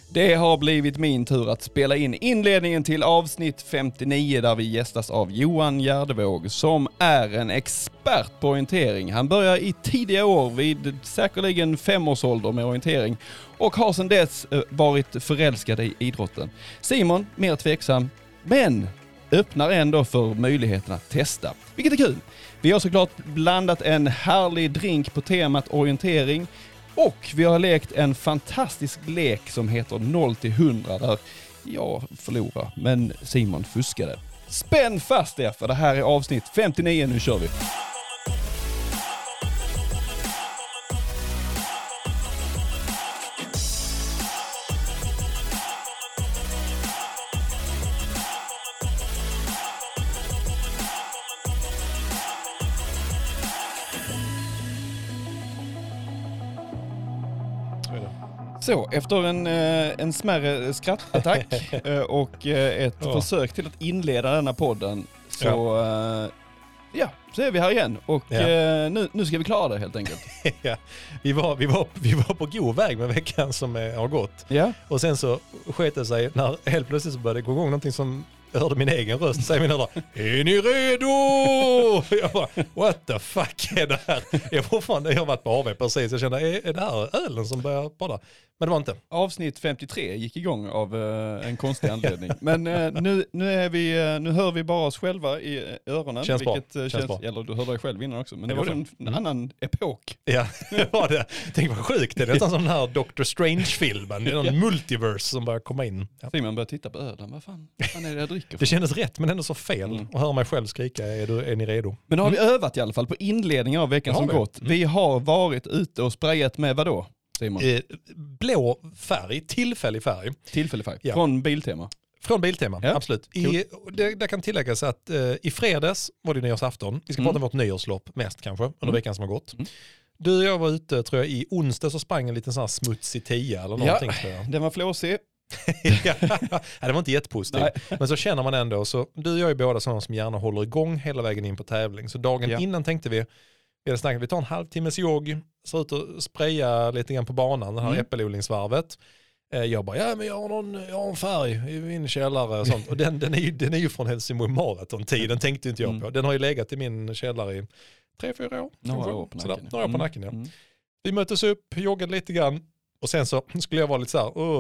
Det har blivit min tur att spela in inledningen till avsnitt 59 där vi gästas av Johan Gärdevåg som är en expert på orientering. Han börjar i tidiga år vid säkerligen 5 års ålder med orientering och har sedan dess varit förälskad i idrotten. Simon, mer tveksam, men öppnar ändå för möjligheten att testa, vilket är kul. Vi har såklart blandat en härlig drink på temat orientering. Och vi har lekt en fantastisk lek som heter 0-100 där jag förlorar, men Simon fuskade. Spänn fast er för det här är avsnitt 59, nu kör vi! Så, efter en smärre skrattattack och ett försök till att inleda denna podden så, så är vi här igen och nu ska vi klara det helt enkelt. Vi var på god väg med veckan som har gått. Och sen så sket det sig när helt plötsligt så började det gå igång någonting som jag hörde min egen röst säga min hörda, är ni redo? Jag bara, what the fuck är det här? Jag har varit på AV precis. Jag kände, är det här ölen som börjar podda? Men det var inte. Avsnitt 53 gick igång av en konstig anledning. Men nu hör vi bara oss själva i öronen. Känns bra. Eller du hörde dig själv innan också. Men det var en annan epok. Ja, det var det. Tänk vad sjukt. Det är nästan som den här Doctor Strange-filmen. Det är någon multiverse som börjar komma in. Ja. Simon börjar titta på ölen. Vad fan är det jag dricker? Det kändes rätt men ändå så fel. Och höra mig själv skrika, är ni redo? Men har vi övat i alla fall på inledningen av veckan som gått. Vi har varit ute och sprayat med vadå? Blå färg, tillfällig färg. Tillfällig färg, från Biltema. Från Biltema, absolut. Det kan tilläggas att i fredags var det nyårsafton. Vi ska prata om vårt nyårslopp mest kanske, under veckan som har gått. Du och jag var ute, tror jag, i onsdag så sprang en liten sån här smutsig 10 eller någonting. Ja, den var flåsig. Det var inte jättepositivt. Men så känner man ändå, så du och jag är båda sådana som gärna håller igång hela vägen in på tävling. Så dagen innan tänkte vi tar en halvtimmes jogg, så ut och spraya lite grann på banan, det här äppelodlingsvarvet. Jag bara, men jag har en färg i min källare och sånt. Och den är ju från Helsingborg Marathon-tiden, tänkte inte jag på. Den har ju legat i min källare i 3-4 år. Några år på nacken. Vi möttes upp, joggade lite grann. Och sen så skulle jag vara lite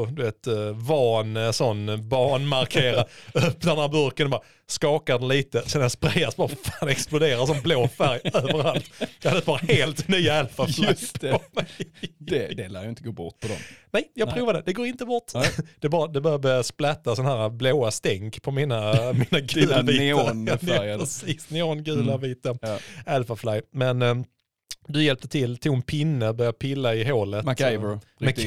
så här, sån banmarkera, öppnar den här burken och bara skakar den lite. Sen jag sprayas bara fan exploderar som blå färg överallt. Jag hade ett par helt nya alfaflack. Just det. Det lär ju inte gå bort på dem. Nej, jag provade. Det går inte bort. Det börjar splatta sån här blåa stänk på mina gula neonfärger. Precis, neongula vita alfafly. Men du hjälpte till, tog en pinne, började pilla i hålet. MacGyver.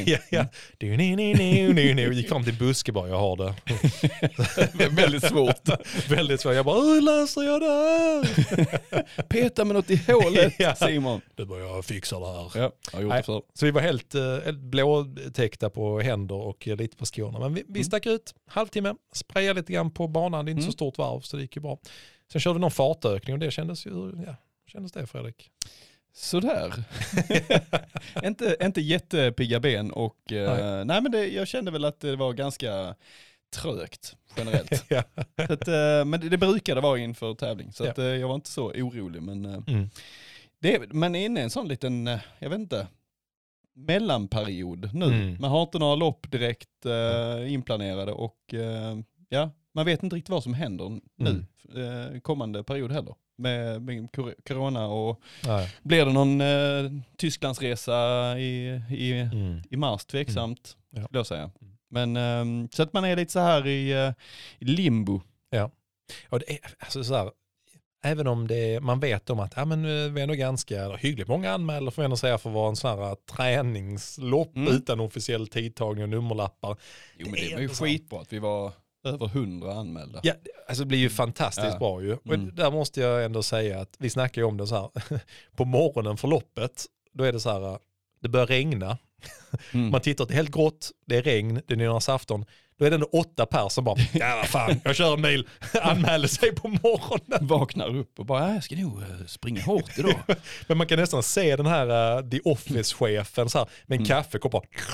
Gick fram till buske bara, jag har det. Väldigt svårt. Väldigt svårt. Jag bara, hur löser jag det här? Peta med något i hålet, Simon. Du bara, jag fixar det här. Ja, jag har gjort det för. Så vi var helt blåtäckta på händer och lite på skorna. Men vi stack ut, halvtimme, sprayade lite grann på banan. Det är inte så stort varv, så det gick ju bra. Sen körde vi någon fartökning och det kändes det, Fredrik? Sådär. inte jättepigga ben och nej men jag kände väl att det var ganska trögt generellt. Så att, men det brukade vara inför tävling så att, jag var inte så orolig men man är inne i en sån liten, jag vet inte, mellanperiod nu. Man har inte några lopp direkt inplanerade och man vet inte riktigt vad som händer nu kommande period heller. Med corona och blir det någon Tysklandsresa i mars tveksamt skulle jag säga. Men så att man är lite så här i limbo. Ja. Och det är alltså så här, även om man vet om att vi är nog ganska hyggligt många anmälda får jag säga för att vara en sån här träningslopp utan officiell tidtagning och nummerlappar. Jo men det var ju skitbra att vi var över 100 anmälda. Ja, alltså det blir ju fantastiskt bra ju. Och där måste jag ändå säga att vi snackar ju om det så här. På morgonen för loppet, då är det så här, det börjar regna. Man tittar, det är helt grått, det är regn, det är nyårsafton. Då är det ändå 8 pers som bara, vad fan, jag kör en mil, anmäler sig på morgonen. Vaknar upp och bara, jag ska nog springa hårt idag. Men man kan nästan se den här The Office-chefen så här, med en kaffekopp bara,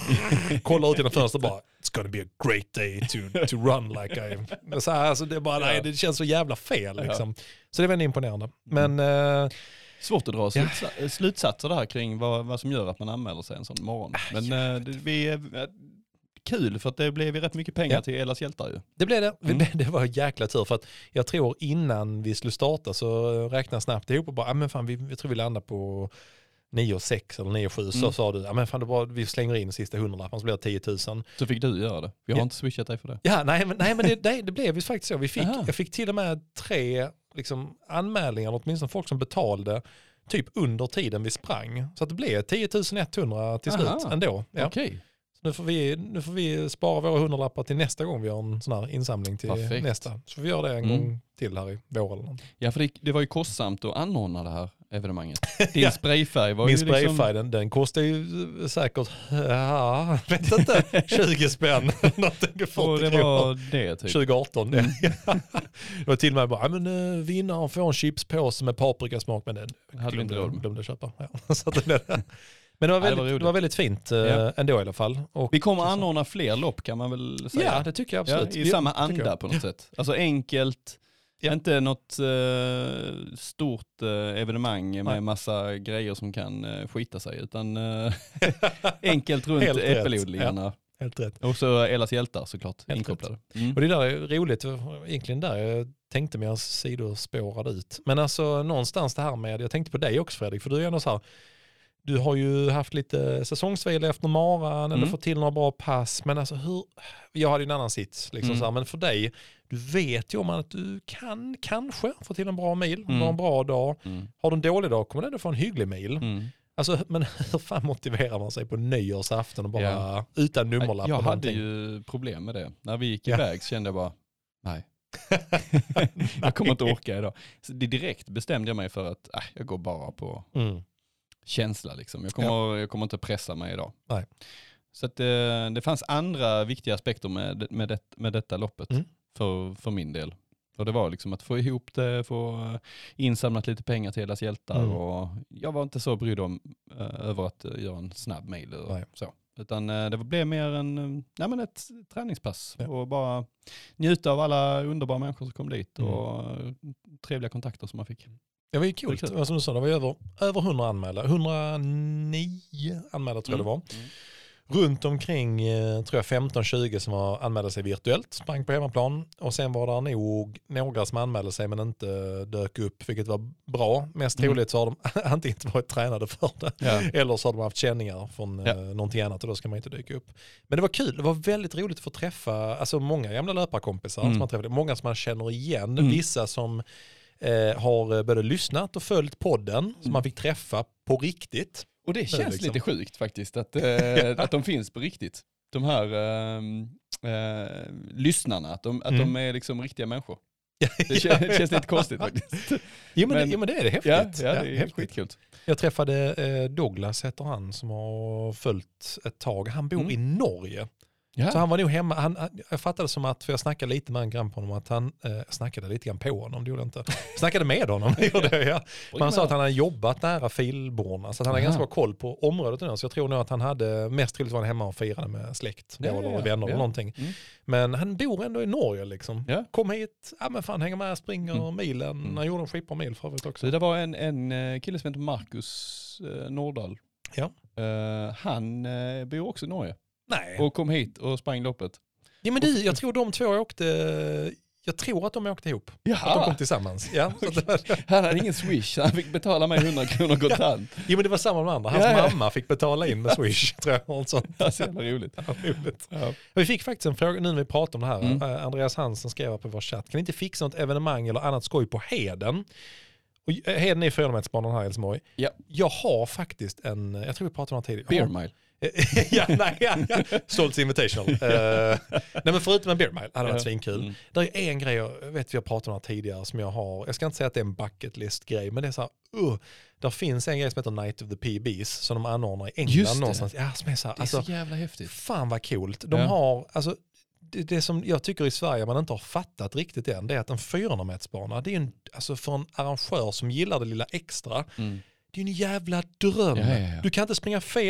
kollar ut genom fönstret bara, it's gonna be a great day to run like I am. Så här, alltså det är bara, nej, det känns så jävla fel liksom. Så det är väldigt imponerande. Men svårt att dra slutsatser där kring vad som gör att man anmäler sig en sån morgon. Men vi är kul för att det blev rätt mycket pengar till Elas hjältar ju. Det blev det. Det var jäkla tur för att jag tror innan vi skulle starta så räknade snabbt ihop och bara, men fan vi tror vi landar på 9,6 eller 9,7 så sa du, men fan vi slänger in sista 100-lappen så blir det 10 000. Så fick du göra det. Vi har inte swishat dig för det. Ja, nej men det blev ju faktiskt så. Jag fick till och med 3 liksom, anmälningar, åtminstone folk som betalade typ under tiden vi sprang. Så att det blev 10 100 till slut ändå. Ja. Okej. Nu får vi spara våra 100-lappar till nästa gång vi har en sån här insamling till nästa. Så får vi göra det en gång till här i vår eller något. Ja, för det var ju kostsamt att anordna det här evenemanget. Din sprayfärg var min ju sprayfärg, liksom... den kostar ju säkert, vet inte, 20 spänn. Och det var det typ. 2018. Det var till och med bara, men vinnaren får en chipspåse med paprikasmak, men den glömde köpa. Ja. Så men det var väldigt fint ändå i alla fall. Och vi kommer anordna fler lopp kan man väl säga. Ja, det tycker jag absolut. I samma anda på något sätt. Alltså enkelt, inte något stort evenemang med massa grejer som kan skita sig, utan enkelt runt äppelodlingarna. Helt rätt. Och så Elas hjältar såklart inkopplade. Och det där är roligt, egentligen där jag tänkte mer sidor spårade ut. Men alltså någonstans det här med, jag tänkte på dig också Fredrik, för du är ändå så här, du har ju haft lite säsongsvila efter maran eller fått till några bra pass. Men alltså jag hade ju en annan sits. Liksom så här, men för dig, du vet ju om att du kan kanske få till en bra mil. En bra dag. Har du en dålig dag kommer du ändå få en hygglig mil. Alltså, men hur fan motiverar man sig på nyårsafton och bara utan nummerlapp? Jag hade ju problem med det. När vi gick iväg så kände jag bara, nej. Jag kommer inte orka idag. Så direkt bestämde jag mig för att jag går bara på... känsla liksom. Jag kommer inte pressa mig idag. Nej. Så att det fanns andra viktiga aspekter med detta loppet för min del. Och det var liksom att få ihop det, få insamlat lite pengar till Elas hjältar och jag var inte så brydd om över att göra en snabb mail och så. Utan det blev mer ett träningspass och bara njuta av alla underbara människor som kom dit och trevliga kontakter som man fick. Det var ju kul. Som du sa, det var över 100 anmälda. 109 anmälda tror jag det var. Runt omkring tror jag 15-20 som var anmälda sig virtuellt, sprang på hemmaplan. Och sen var det nog några som anmälde sig men inte dök upp, vilket var bra. Mest troligt så har de antingen inte varit tränade för det eller så har de haft känningar från någonting annat och då ska man inte dyka upp. Men det var kul, det var väldigt roligt att få träffa alltså många gamla löparkompisar som man träffade. Många som man känner igen, vissa som har både lyssnat och följt podden som man fick träffa på riktigt. Och det känns lite sjukt faktiskt att de finns på riktigt. De här lyssnarna, att de är liksom riktiga människor. Det känns lite konstigt faktiskt. Jo men det är det häftigt. Ja, det är helt skitkul. Jag träffade Douglas heter han som har följt ett tag. Han bor i Norge. Ja. Så han var nog hemma, jag fattade som att, för jag snackade lite med en grann på honom, att han snackade lite grann på honom, det gjorde jag inte. Snackade med honom, gjorde jag, ja. Men han sa att han hade jobbat nära Filborna, så att han har ganska bra koll på området nu. Så jag tror nog att han hade mest troligt var hemma och firade med släkt, eller vänner eller någonting. Men han bor ändå i Norge liksom. Ja. Kom hit, men fan hänger med, springer milen. Han gjorde en skitbra mil förut också. Så det var en kille som heter Marcus Nordahl. Ja. Han bor också i Norge. Nej. Och kom hit och sprang loppet. Ja men jag tror de två åkte, jag tror att de åkte ihop. Jaha. Att de kom tillsammans. Ja, han hade ingen Swish, han fick betala mig 100 kronor kontant. Jo men det var samma med andra, hans mamma fick betala in med Swish tror jag. Och sånt. Ja, så jävla roligt. Ja. Vi fick faktiskt en fråga nu när vi pratar om det här. Andreas Hansen skrev på vår chatt, kan ni inte fixa något evenemang eller annat skoj på Heden? Och Heden är 400-metersbanan här i Helsingborg. Ja. Jag har faktiskt jag tror vi pratade om det tidigare. Beer mile. Stoltz Invitational. Nej men förutom en beer mile hade varit svinkul. Det är en grej, jag vet vi har pratat om det tidigare som jag har, jag ska inte säga att det är en bucket list grej, men det är så här, där finns en grej som heter Night of the PBs som de anordnar i England någonstans. Ja, som är så här, det är så jävla häftigt. Fan vad coolt. De har, alltså det som jag tycker i Sverige man inte har fattat riktigt än, det är att en 400-metersbana, det är ju alltså för en arrangör som gillar det lilla extra, det är en jävla dröm. Ja. Du kan inte springa fel,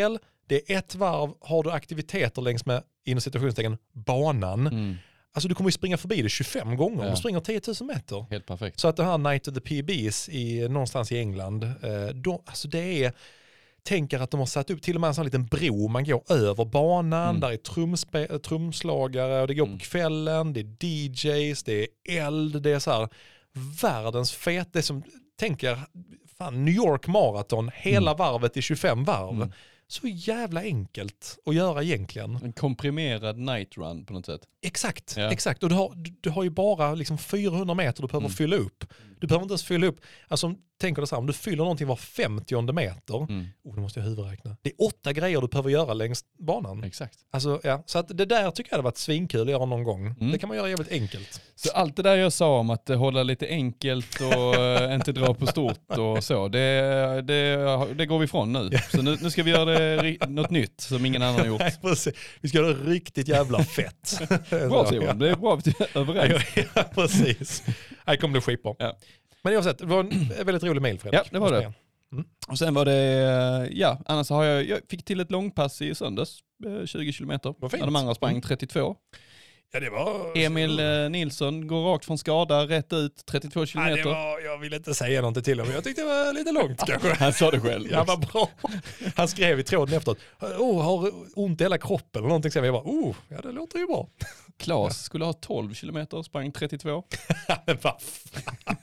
Det är ett varv, har du aktiviteter längs med, inom citationstecken, banan. Alltså du kommer ju springa förbi det 25 gånger. Du springer 10 000 meter. Helt perfekt. Så att det här Night of the PBs någonstans i England, alltså det är, tänker att de har satt upp till och med en sån liten bro, man går över banan, där är trumslagare och det går på kvällen, det är DJs, det är eld, det är så här världens fet, det som tänker fan New York Marathon, hela varvet i 25 varv. Så jävla enkelt att göra egentligen. En komprimerad night run på något sätt. Exakt, exakt. Och du har ju bara liksom 400 meter du behöver fylla upp. Du behöver inte ens fylla upp, alltså tänker du så här, om du fyller någonting var 50:e meter, nu måste jag huvudräkna. Det är 8 grejer du behöver göra längs banan. Exakt. Alltså, ja, så att det där tycker jag hade varit svinkul att göra någon gång. Det kan man göra jävligt enkelt. Så allt det där jag sa om att hålla lite enkelt och inte dra på stort och så, det går vi ifrån nu. Så nu ska vi göra något nytt som ingen annan har gjort. Nej, precis. Vi ska göra det riktigt jävla fett. Bra Simon, det är bra att vi är överens. Ja, precis. Det kommer bli skitbra. Ja. Men oavsett, det var en väldigt rolig mail, Fredrik. Ja, det var det. Och sen var det, annars har jag fick till ett långpass i söndags, 20 kilometer. När de andra sprang 32. Ja, det var... Emil Nilsson går rakt från skada, rätt ut, 32 kilometer. Jag ville inte säga någonting till honom, jag tyckte det var lite långt kanske. Han sa det själv. Ja, vad bra. Han skrev i tråden efteråt, har ont i hela kroppen eller någonting. Så jag bara, ja det låter ju bra. Klas skulle ha 12 kilometer, sprang 32. Men vad fan.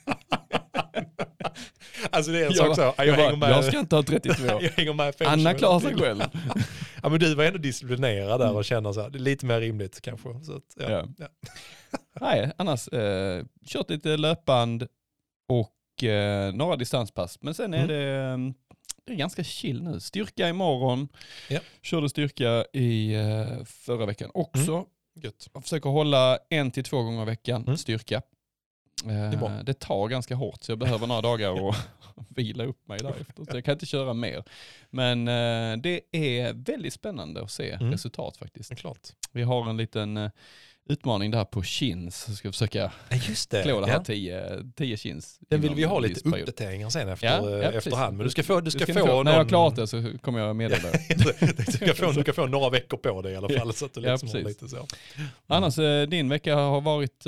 Alltså det är en sak så. Jag ska inte ha 32. Jag hänger med 5 Anna klarar sig själv. Ja, men du var ändå disciplinerad där och känner så här, det är lite mer rimligt kanske. Så att, ja. Nej, annars kört lite löpband och några distanspass. Men sen är det är ganska chill nu. Styrka imorgon. Ja. Körde styrka i förra veckan också. Gött. Jag försöker hålla 1 till 2 gånger i veckan styrka. Det tar ganska hårt så jag behöver några dagar och vila upp mig därefter. Så jag kan inte köra mer. Men det är väldigt spännande att se resultat faktiskt. Det är klart. Vi har en liten utmaning där på chins. Så ska jag försöka klå det här 10 chins. Den vill vi ha lite uppdateringar sen efterhand. Men du ska få när jag har klart det så kommer jag meddela det. Du ska få några veckor på det i alla fall. Så att du liksom har lite så. Annars, din vecka har varit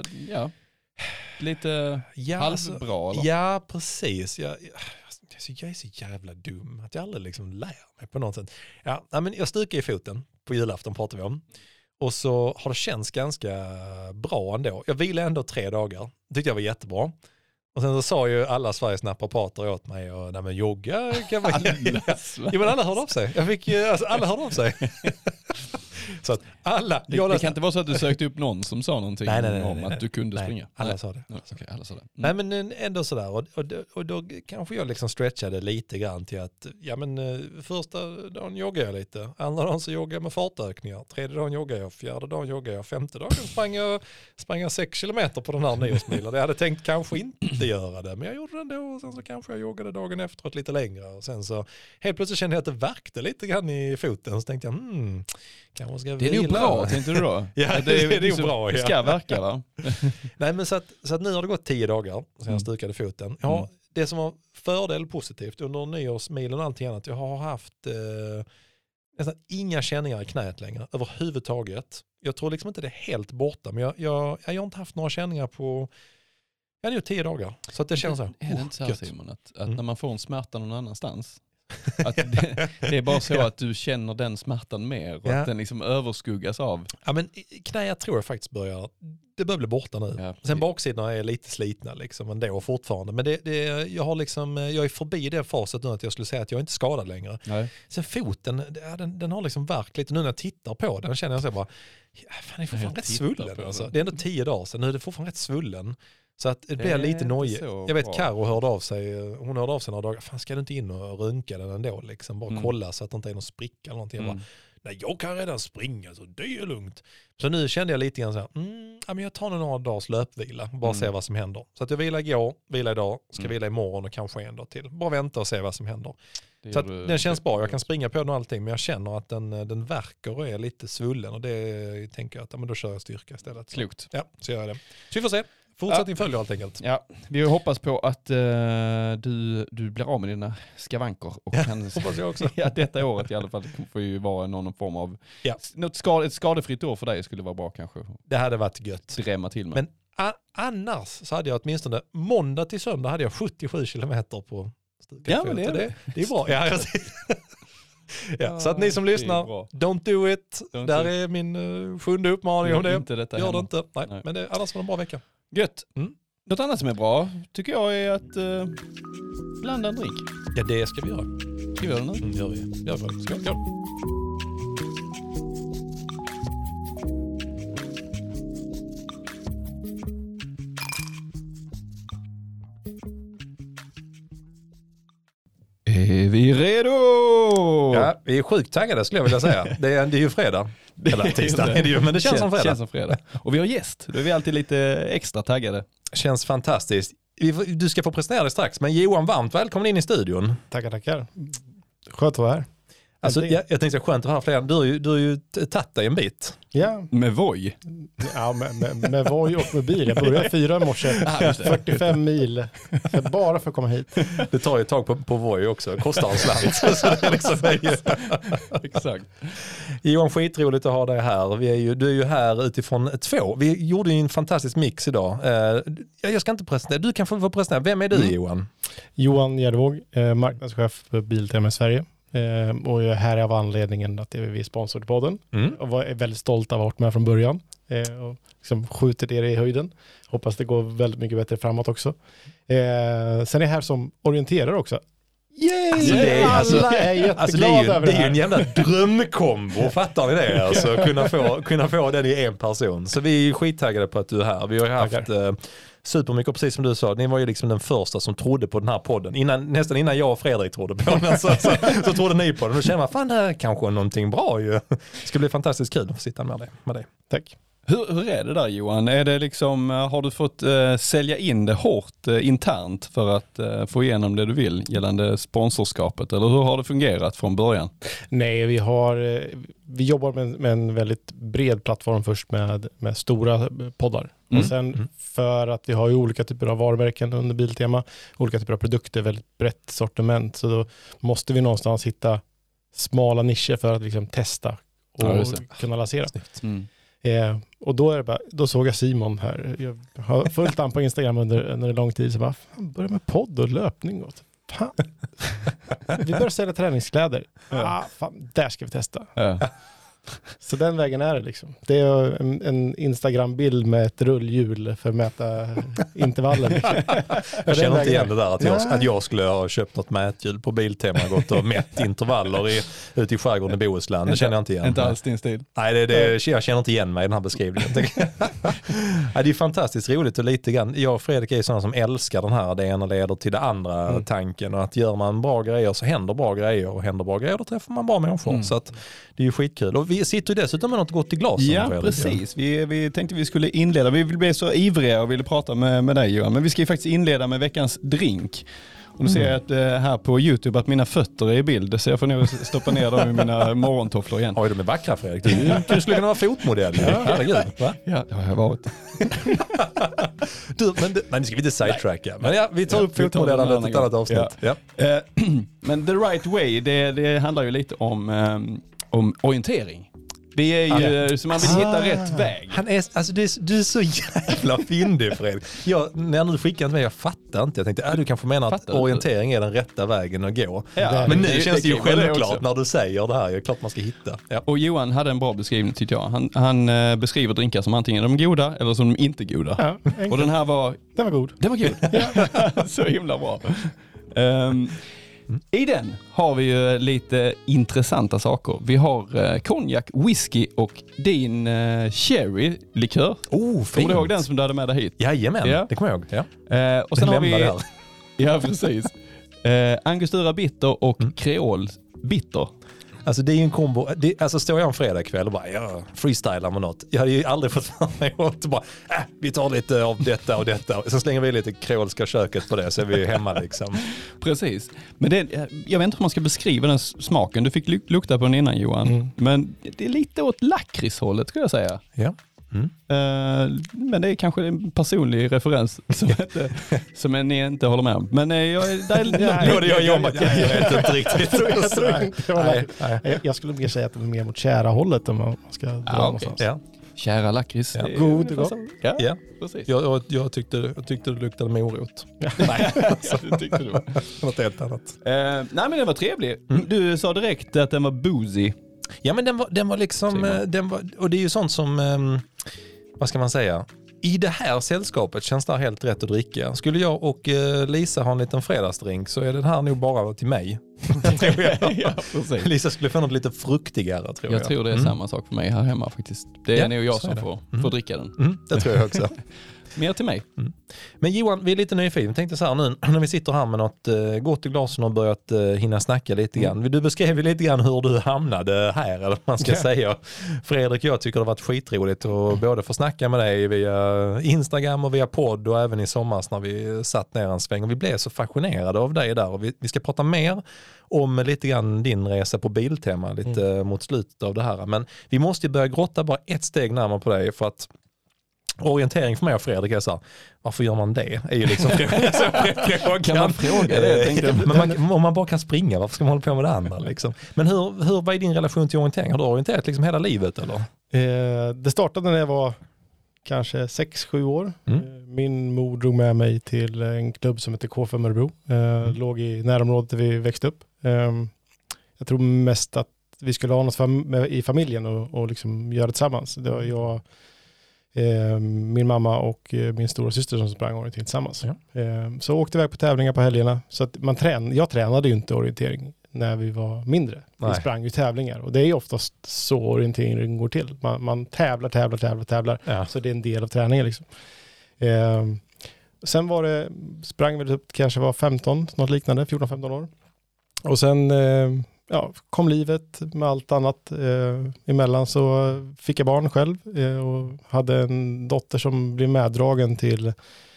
lite halvbra. Eller? Ja, precis. Jag är så jävla dum att jag aldrig liksom lär mig på något sätt. Ja, men jag stukade i foten på julafton pratar vi om. Och så har det känts ganska bra ändå. Jag vilade ändå 3 dagar. Det tyckte jag var jättebra. Och sen så sa ju alla Sveriges naprapater åt mig och nej men jogga kan man men alla hörde av sig. Alla hörde av sig. Så att alla... Det kan inte vara så att du sökte upp någon som sa någonting om att du kunde springa. Alla sa det. Okay, alla sa det. Nej men ändå sådär. Och då kanske jag liksom stretchade lite grann till att första dagen joggar jag lite. Andra dagen så joggar jag med fartökningar. 3:e dagen joggar jag. 4:e dagen joggar jag. 5:e dagen sprang jag 6 kilometer på den här nyårsmilen. Jag hade tänkt kanske inte göra det. Men jag gjorde det ändå. Och sen så kanske jag joggade dagen efteråt lite längre. Och sen så helt plötsligt kände jag att det värkte lite grann i foten. Så tänkte jag kanske ska det är nog bra, tänkte du då? Ja, det är nog bra. Det ska verka va? Nej, men så att nu har det gått 10 dagar sen jag stukade foten. Ja, det som var fördel positivt under nyårsmilen och allting annat, jag har haft nästan inga känningar i knät längre överhuvudtaget. Jag tror liksom inte det är helt borta, men jag har inte haft några känningar på 10 dagar. Så att det känns så. Är det inte så här, Simon, att när man får en smärta någon annanstans, att det är bara så att du känner den smärtan mer och att den liksom överskuggas av. Ja, men knäet tror jag faktiskt börjar bli borta nu. Ja, sen baksidorna är lite slitna liksom ändå fortfarande. Men jag är förbi det faset nu att jag skulle säga att jag inte är skadad längre. Nej. Sen foten, den har liksom värkt lite nu när jag tittar på den. Känner jag så bara, fan, det är fortfarande rätt svullen. Alltså. Det är ändå 10 dagar sedan, nu är det fortfarande rätt svullen. Så att det blir lite nojigt. Jag vet Karo hörde av sig. Hon hörde av sig några dagar. Fan, ska du inte in och runka den ändå? Liksom? Bara kolla så att det inte är någon spricka eller någonting. Jag bara, nej, jag kan redan springa så det är lugnt. Så nu kände jag lite grann så här, men jag tar några dagars löpvila. Bara se vad som händer. Så att jag vilar igår, vilar idag, ska vila imorgon och kanske en dag till. Bara vänta och se vad som händer. Så att den känns bra. Jag kan springa på den och allting, men jag känner att den verkar och är lite svullen och det tänker jag att då kör jag styrka istället. Klokt. Ja, så gör jag det. Så vi får se. Fortsättning följer helt enkelt. Ja, vi hoppas på att du blir av med dina skavanker. Och hoppas jag också. Ja, detta året i alla fall får ju vara någon form av... Ett skadefritt år för dig skulle vara bra kanske. Det hade varit gött. Drämma till med. Men annars så hade jag åtminstone måndag till söndag hade jag 77 kilometer på Stuka. Ja, men det är bra. Ja, ja, så att ni som lyssnar, don't do it. Där är min 7:e uppmaning om det. Gör det inte. Nej. Men annars var det en bra vecka. Gött. Något annat som är bra tycker jag är att blanda en drink. Ja, det ska vi göra. Ska vi göra det nu? Gör vi. Skål. Är vi redo? Ja, vi är sjukt taggade skulle jag vilja säga. Det är ju fredag. Eller tisdag är det ju, men det känns som fredag. Och vi har gäst. Då är vi alltid lite extra taggade. Känns fantastiskt. Du ska få presentera det strax, men Johan, varmt välkommen in i studion. Tackar. Skönt att vara här. Alltså, jag tänkte skönt att ha fler. Du har ju tagit dig en bit. Ja. Med Voi? Ja, med Voi och med bil. Jag började 4 i morse, 45 mil. Bara för att komma hit. Det tar ju ett tag på Voi också. Kostar en slant. Så det är liksom Exakt. Johan, skitroligt att ha dig här. Du är ju här utifrån 2. Vi gjorde ju en fantastisk mix idag. Jag ska inte presentera. Du kan få presentera. Vem är du, Johan? Johan Gärdevåg, marknadschef för Biltema i Sverige. Och jag är här av anledningen att vi är sponsor till podden. Och är väldigt stolt av att ha varit med från början. Och liksom skjuter det i höjden. Hoppas det går väldigt mycket bättre framåt också. Sen är jag här som orienterare också. Yay! Alla är jätteglada över det här. Det är ju en jävla drömkombo, fattar ni det? Alltså, kunna få den i en person. Så vi är skittaggade på att du är här. Vi har haft supermycket, precis som du sa, ni var ju liksom den första som trodde på den här podden. Nästan innan jag och Fredrik trodde på den, så trodde ni på den. Då kände man, fan det här kanske är någonting bra ju. Det ska bli fantastiskt kul att få sitta med dig. Tack. Hur är det där, Johan? Är det liksom, har du fått sälja in det hårt internt för att få igenom det du vill gällande sponsorskapet? Eller hur har det fungerat från början? Nej, vi jobbar med en väldigt bred plattform först med stora poddar. Och sen för att vi har ju olika typer av varumärken under Biltema, olika typer av produkter, väldigt brett sortiment. Så då måste vi någonstans hitta smala nischer för att liksom testa och kunna lansera. Och då såg jag Simon här. Jag har följt han på Instagram under en lång tid. Så bara, börja med podd och löpning. Och fan. Vi börjar sälja träningskläder. Fan, där ska vi testa. Ja. Så den vägen är det liksom. Det är en Instagram-bild med ett rullhjul för att mäta intervallen. Liksom. Jag känner inte igen det där att jag skulle ha köpt något mäthjul på Biltema och gått och mätt intervaller ute i skärgården i Bohuslän. Det känner jag inte igen. Inte alls din stil. Nej, jag känner inte igen mig i den här beskrivningen. Det är fantastiskt roligt och lite grann. Jag och Fredrik är sådana som älskar den här, det ena leder till det andra tanken. Och att gör man bra grejer så händer bra grejer, och händer bra grejer då träffar man bra människor. Så att det är ju skitkul. Och vi sitter ju dessutom med något gott i glasen. Ja, precis. Vi tänkte vi skulle inleda. Vi blev så ivriga och ville prata med dig, Johan. Men vi ska ju faktiskt inleda med veckans drink. Och nu ser jag att här på YouTube att mina fötter är i bild. Så jag får nog stoppa ner dem i mina morgontofflor igen. Oj, de är vackra, Fredrik. Du skulle kunna vara fotmodell. Herregud. Va? Ja, det har jag varit. Men det ska vi inte sidetracka. Men ja, vi tar upp fotmodellen i ett annat avsnitt. Ja. Men the right way, det handlar ju lite om orientering. Vi är ju, så man vill hitta rätt väg. Du är så jävla fyndig, Fredrik. När du skickade mig, jag fattar inte. Jag tänkte, du kanske menar att orientering är den rätta vägen att gå. Ja, men nu känns det ju självklart när du säger det här. Det är klart man ska hitta. Ja. Och Johan hade en bra beskrivning, tycker jag. Han beskriver drinkar som antingen de goda eller som de inte goda. Ja, och den här var... Den var god. Den var god. Så himla bra. I den har vi ju lite intressanta saker. Vi har konjak, whisky och din sherry-likör. Fint. Kommer du ihåg den som du hade med dig hit? Jajamän, det kommer jag ihåg. Ja. Och sen har vi... Ja, precis. Angostura bitter och kreol bitter. Alltså det är ju en kombo. Alltså står jag en fredagkväll och bara freestylar med något. Jag hade ju aldrig fått för mig att bara vi tar lite av detta och detta. Sen slänger vi lite kreolska köket på det så är vi hemma liksom. Precis. Men jag vet inte hur man ska beskriva den smaken. Du fick lukta på den innan, Johan. Men det är lite åt lakritshållet skulle jag säga. Ja. Men det är kanske en personlig referens som ni inte håller med om. Men jag vet inte riktigt. Jag skulle mer säga att det är mer mot kära hållet om man ska dra någonstans. Ja. Kära lakrits. Ja. God och gott. Ja, precis. Jag tyckte det luktade morot. Nej, det tyckte du. Något helt annat. Nej, men den var trevlig. Du sa direkt att den var boozy. Ja, men den var liksom, och det är ju sånt som, vad ska man säga, i det här sällskapet känns det helt rätt att dricka. Skulle jag och Lisa ha en liten fredagsdrink så är den här nog bara till mig. Ja, Lisa skulle få något lite fruktigare, tror jag. Jag tror det är samma sak för mig här hemma faktiskt. Det är nog jag som får dricka den. Det tror jag också. Mer till mig. Men Johan, vi är lite nyfikna. Jag tänkte så här nu när vi sitter här med något gott i glasen och börjat hinna snacka lite grann. Du beskrev lite grann hur du hamnade här, eller vad man ska säga. Fredrik, jag tycker det har varit skitroligt att både få snacka med dig via Instagram och via podd och även i somras när vi satt ner en sväng. Och vi blev så fascinerade av dig där. Och vi ska prata mer om lite grann din resa på Biltema lite mot slutet av det här. Men vi måste ju börja grotta bara ett steg närmare på dig, för att orientering för mig och Fredrik är så här, varför gör man det? Är ju liksom frågan. Kan man fråga det? Men om man bara kan springa, varför ska man hålla på med det andra? Liksom? Men vad är din relation till orientering? Har du orienterat liksom hela livet? Eller? Det startade när jag var kanske 6-7 år. Min mor drog med mig till en klubb som heter K5 Örebro. Låg i närområdet där vi växte upp. Jag tror mest att vi skulle ha något i familjen och liksom göra det tillsammans. Det var jag, min mamma och min stora syster som sprang orientering tillsammans. Så åkte iväg på tävlingar på helgerna. Så att jag tränade ju inte orientering när vi var mindre. Vi sprang ju tävlingar. Och det är ju oftast så orientering går till. Man tävlar. Ja. Så det är en del av träningen liksom. Sen sprang vi upp, kanske var 15, något liknande, 14-15 år. Och sen kom livet med allt annat emellan, så fick jag barn själv och hade en dotter som blev meddragen till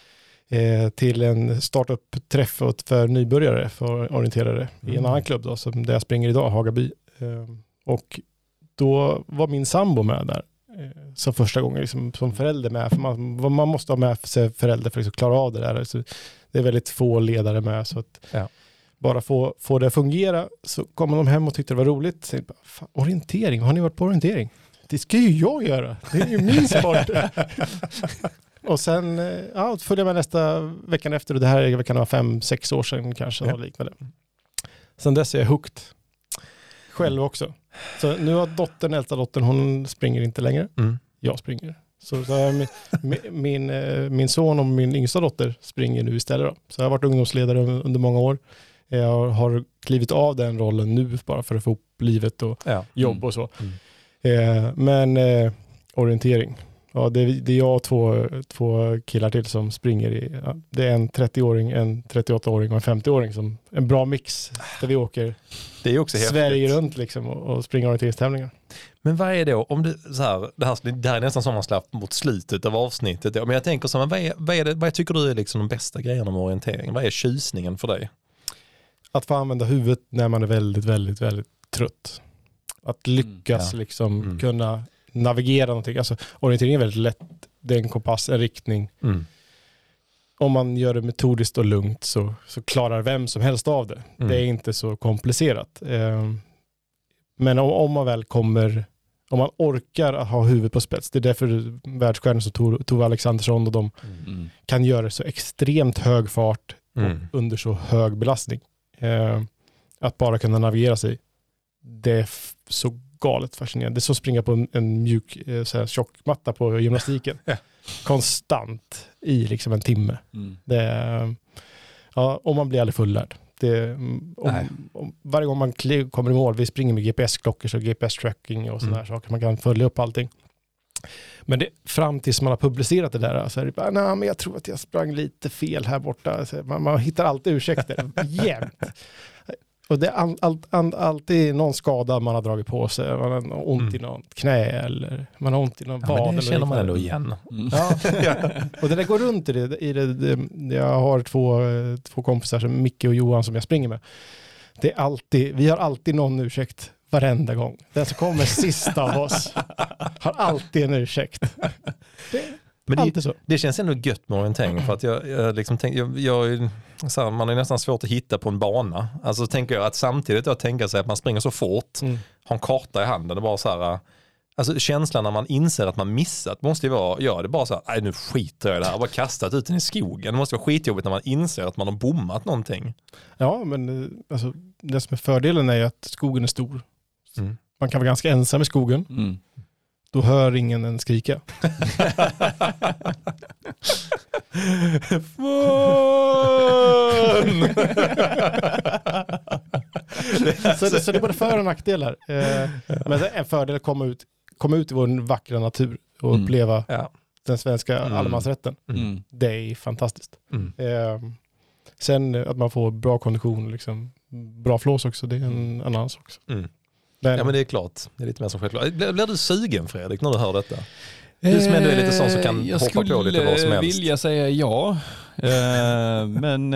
en startup-träff för nybörjare, för orienterare i en annan klubb då, där jag springer idag, Hagaby. Och då var min sambo med där som första gången liksom, som förälder med, för man måste ha med sig förälder för att liksom klara av det där. Så det är väldigt få ledare med, så att bara få det att fungera. Så kom de hem och tyckte det var roligt. Så orientering, har ni varit på orientering? Det ska ju jag göra. Det är ju min sport. Och sen följde jag med nästa veckan efter. Och det här kan vara 5-6 år sedan kanske. Ja. Liknande. Sen dess är jag hooked. Själv också. Så nu har äldsta dottern, hon springer inte längre. Jag springer. Så min son och min yngsta dotter springer nu istället då. Så jag har varit ungdomsledare under många år. Jag har klivit av den rollen nu bara för att få upp livet och jobb och så. Men orientering. Ja, det är jag och två killar till som springer det är en 30-åring, en 38-åring och en 50-åring som en bra mix där vi åker det är också Sverige runt liksom och springer orienteringstävlingar. Men vad är det då? Om det här är nästan som man släppt mot slutet av avsnittet. Men jag tänker så, vad tycker du är liksom de bästa grejerna med orientering? Vad är tjusningen för dig? Att få använda huvudet när man är väldigt, väldigt, väldigt trött. Att lyckas kunna navigera någonting. Alltså, orientering är väldigt lätt. Det är en kompass, en riktning. Om man gör det metodiskt och lugnt så klarar vem som helst av det. Det är inte så komplicerat. Men om man väl om man orkar att ha huvudet på spets. Det är därför världsstjärnor som Tove Alexandersson och de kan göra så extremt hög fart under så hög belastning. Att bara kunna navigera sig, det är så galet fascinerande. Det är så att springa på en mjuk tjock matta på gymnastiken. Konstant i liksom en timme. Det är, och man blir aldrig fullärd. Varje gång man kommer i mål, vi springer med GPS-klockor och GPS-tracking och sådana här saker. Man kan följa upp allting. Men fram tills man har publicerat det där så är det bara, men jag tror att jag sprang lite fel här borta. Så man hittar alltid ursäkter. Jämt. Och det är alltid någon skada man har dragit på sig. Man har ont i något knä eller man har ont i någon vad. Det känner man ändå igen. Och det där går runt i det. Jag har två kompisar, som Micke och Johan, som jag springer med. Vi har alltid någon ursäkt varenda gång. Den som kommer sist av oss. Har alltid en ursäkt. Men det känns ändå gött med orientering för att jag liksom tänker, man är nästan svårt att hitta på en bana. Alltså tänker jag att samtidigt jag tänker sig att man springer så fort, har en karta i handen, det bara så här, alltså känslan när man inser att man missat måste ju vara, det är bara så här, nej nu skiter jag i det här, bara kastat ut den i skogen. Det måste vara skitjobbigt när man inser att man har bommat någonting. Ja, men alltså, det som är fördelen är ju att skogen är stor. Man kan vara ganska ensam i skogen. Då hör ingen en skrika. så det är både för- och nackdelar. Men det är en fördel att komma ut i vår vackra natur och uppleva den svenska allemansrätten. Det är fantastiskt. Sen att man får bra kondition, liksom, bra flås också, det är en annan sak också. Ja, men det är klart. Det är lite mer som självklart. Blir du sugen, Fredrik, när du hör detta? Du som ändå är lite sån som kan hoppa på lite vad som helst. Jag vilja säga ja. Men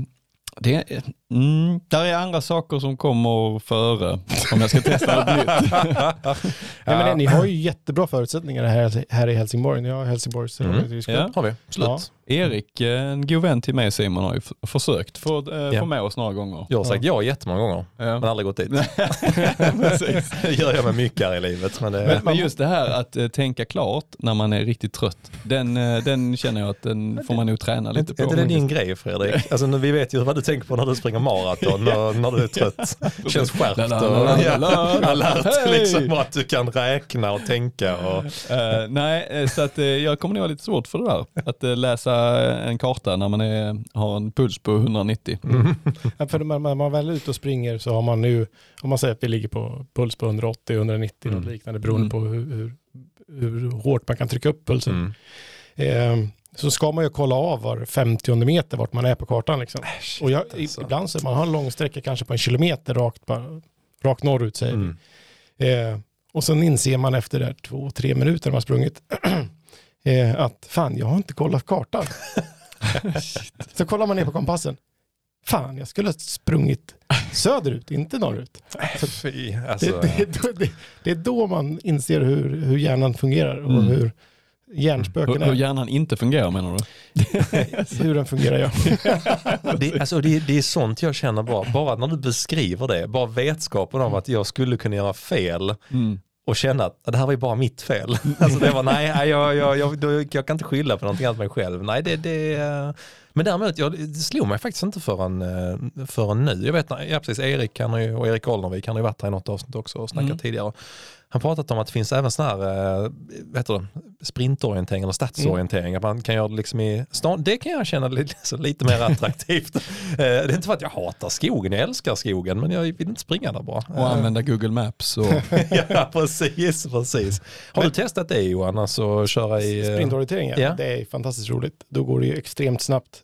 där är andra saker som kommer före om jag ska testa något nytt. Men ni har ju jättebra förutsättningar här i Helsingborg. Ni har Helsingborgs har vi. Absolut. Ja. Erik, en god vän till mig, Simon, har ju försökt få med oss några gånger. Jag har sagt ja jättemånga gånger, men aldrig gått dit. Det gör jag med mycket här i livet. Men just det här att tänka klart när man är riktigt trött, den känner jag att den får man nog träna lite på. Är inte det din grej, Fredrik? Alltså, vi vet ju vad du tänker på när du springer maraton, när du är trött. Känns skärpt och alert, liksom, att du kan räkna och tänka. Nej, så att jag kommer nog ha lite svårt för det där. Att läsa en karta när man har en puls på 190. För när man väl är ute och springer så har man nu, om man säger att vi ligger på puls på 180-190 något liknande, beroende på hur hårt man kan trycka upp pulsen. Så ska man ju kolla av var 50 meter vart man är på kartan. Liksom. Och ibland så man har en lång sträcka kanske på 1 kilometer rakt norrut, säger vi. Och sen inser man efter det 2-3 minuter man har sprungit att fan, jag har inte kollat kartan. Så kollar man ner på kompassen. Fan, jag skulle ha sprungit söderut, inte norrut. Det är då man inser hur hjärnan fungerar och hur hjärnspöken är. Hur hjärnan inte fungerar, menar du? Hur den fungerar, ja. Det är sånt jag känner bara när du beskriver det. Bara vetskapen om att jag skulle kunna göra fel och känna att det här var ju bara mitt fel. Alltså det var, nej, jag kan inte skylla på någonting annat mig själv. Nej, men däremot, det slog mig faktiskt inte förrän nu. Jag vet, precis, Erik och Erik Olnervik, han har ju varit här i något avsnitt också och snackat tidigare. Han pratat om att det finns även sån här sprintorientering eller stadsorientering. Att man kan göra det liksom i stan. Det kan jag känna lite mer attraktivt. Det är inte för att jag hatar skogen, jag älskar skogen, men jag vill inte springa där bara. Och använda Google Maps. Ja, precis. Har du testat det, Johan? Alltså köra i sprintorientering? Ja. Det är fantastiskt roligt. Då går det ju extremt snabbt.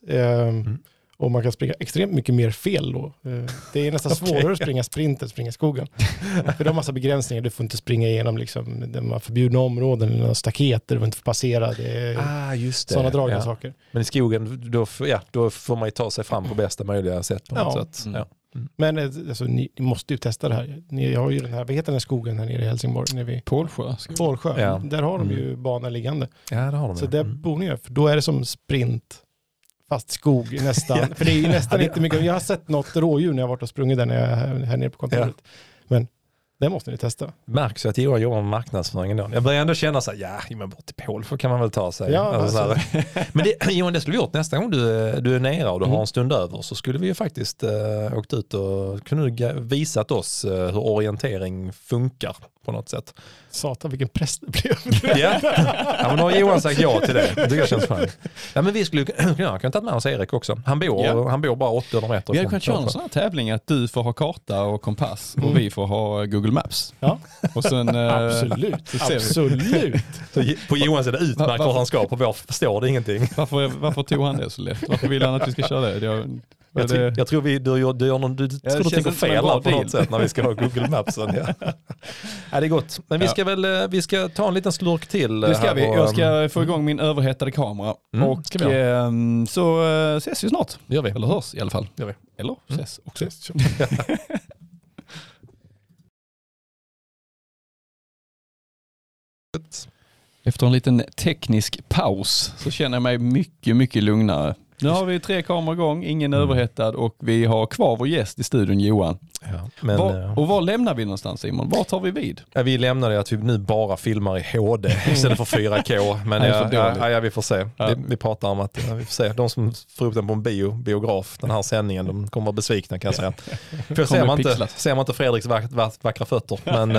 Och man kan springa extremt mycket mer fel då. Det är nästan svårare att springa sprint än springa skogen. För det har massa begränsningar. Du får inte springa igenom liksom, de förbjudna områden eller staketer. Du får inte få passera. Det är just det. Sådana dragliga saker. Men i skogen, då får man ju ta sig fram på bästa möjliga sätt på något sätt. Ja. Men alltså, ni måste ju testa det här. Ni har ju den här, vad heter den här skogen här nere i Helsingborg? Pålsjö. Ja. Där har de ju banan liggande. Ja, det har de. Så det bor ni ju, för då är det som sprint fast skog nästan. För det är ju nästan inte mycket. Jag har sett något rådjur när jag varit och sprungit där när jag är här nere på kontoret. Men det måste ni testa. Märks ju att Johan jobbar med marknadsföringen då. Jag börjar ändå känna så här, men bort till Pålsjö kan man väl ta sig. Ja, alltså. Men Johan, det skulle vi gjort nästa gång du är nere och du har en stund över, så skulle vi ju faktiskt åkt ut och kunde visat oss hur orientering funkar på något sätt. Satan, vilken press det blev. Ja, men då har Johan sagt ja till det. Det tycker jag känns skönt. Ja, men vi skulle kunna ta med oss Erik också. Han bor bara 800 meter. Vi hade kunnat köra en sån här tävling att du får ha karta och kompass och vi får ha Google Maps. Ja. Och sen, absolut. Så på Johan ser det utmärkt var han ska, på vår förstår det ingenting. Varför tog han det så lätt? Varför vill han att vi ska köra det? Jag tror du tänker fel på något sätt när vi ska ha Google Maps. Ja, det är gott. Men vi ska ta en liten slurk till. Det ska vi. Jag ska få igång min överhettade kamera. Och så ses vi snart. Gör vi. Eller hörs i alla fall. Gör vi. Eller ses också. Efter en liten teknisk paus så känner jag mig mycket, mycket lugnare. Nu har vi 3 kameror igång, ingen överhettad och vi har kvar vår gäst i studion, Johan. Ja, men, var lämnar vi någonstans, Simon? Var tar vi vid? Ja, vi lämnar det att vi nu bara filmar i HD istället för 4K. Men vi får se. Ja. Vi pratar om att vi får se. De som får upp den på en biograf, den här sändningen, de kommer vara besvikna kan jag säga. För ser man inte Fredriks vackra fötter. Men,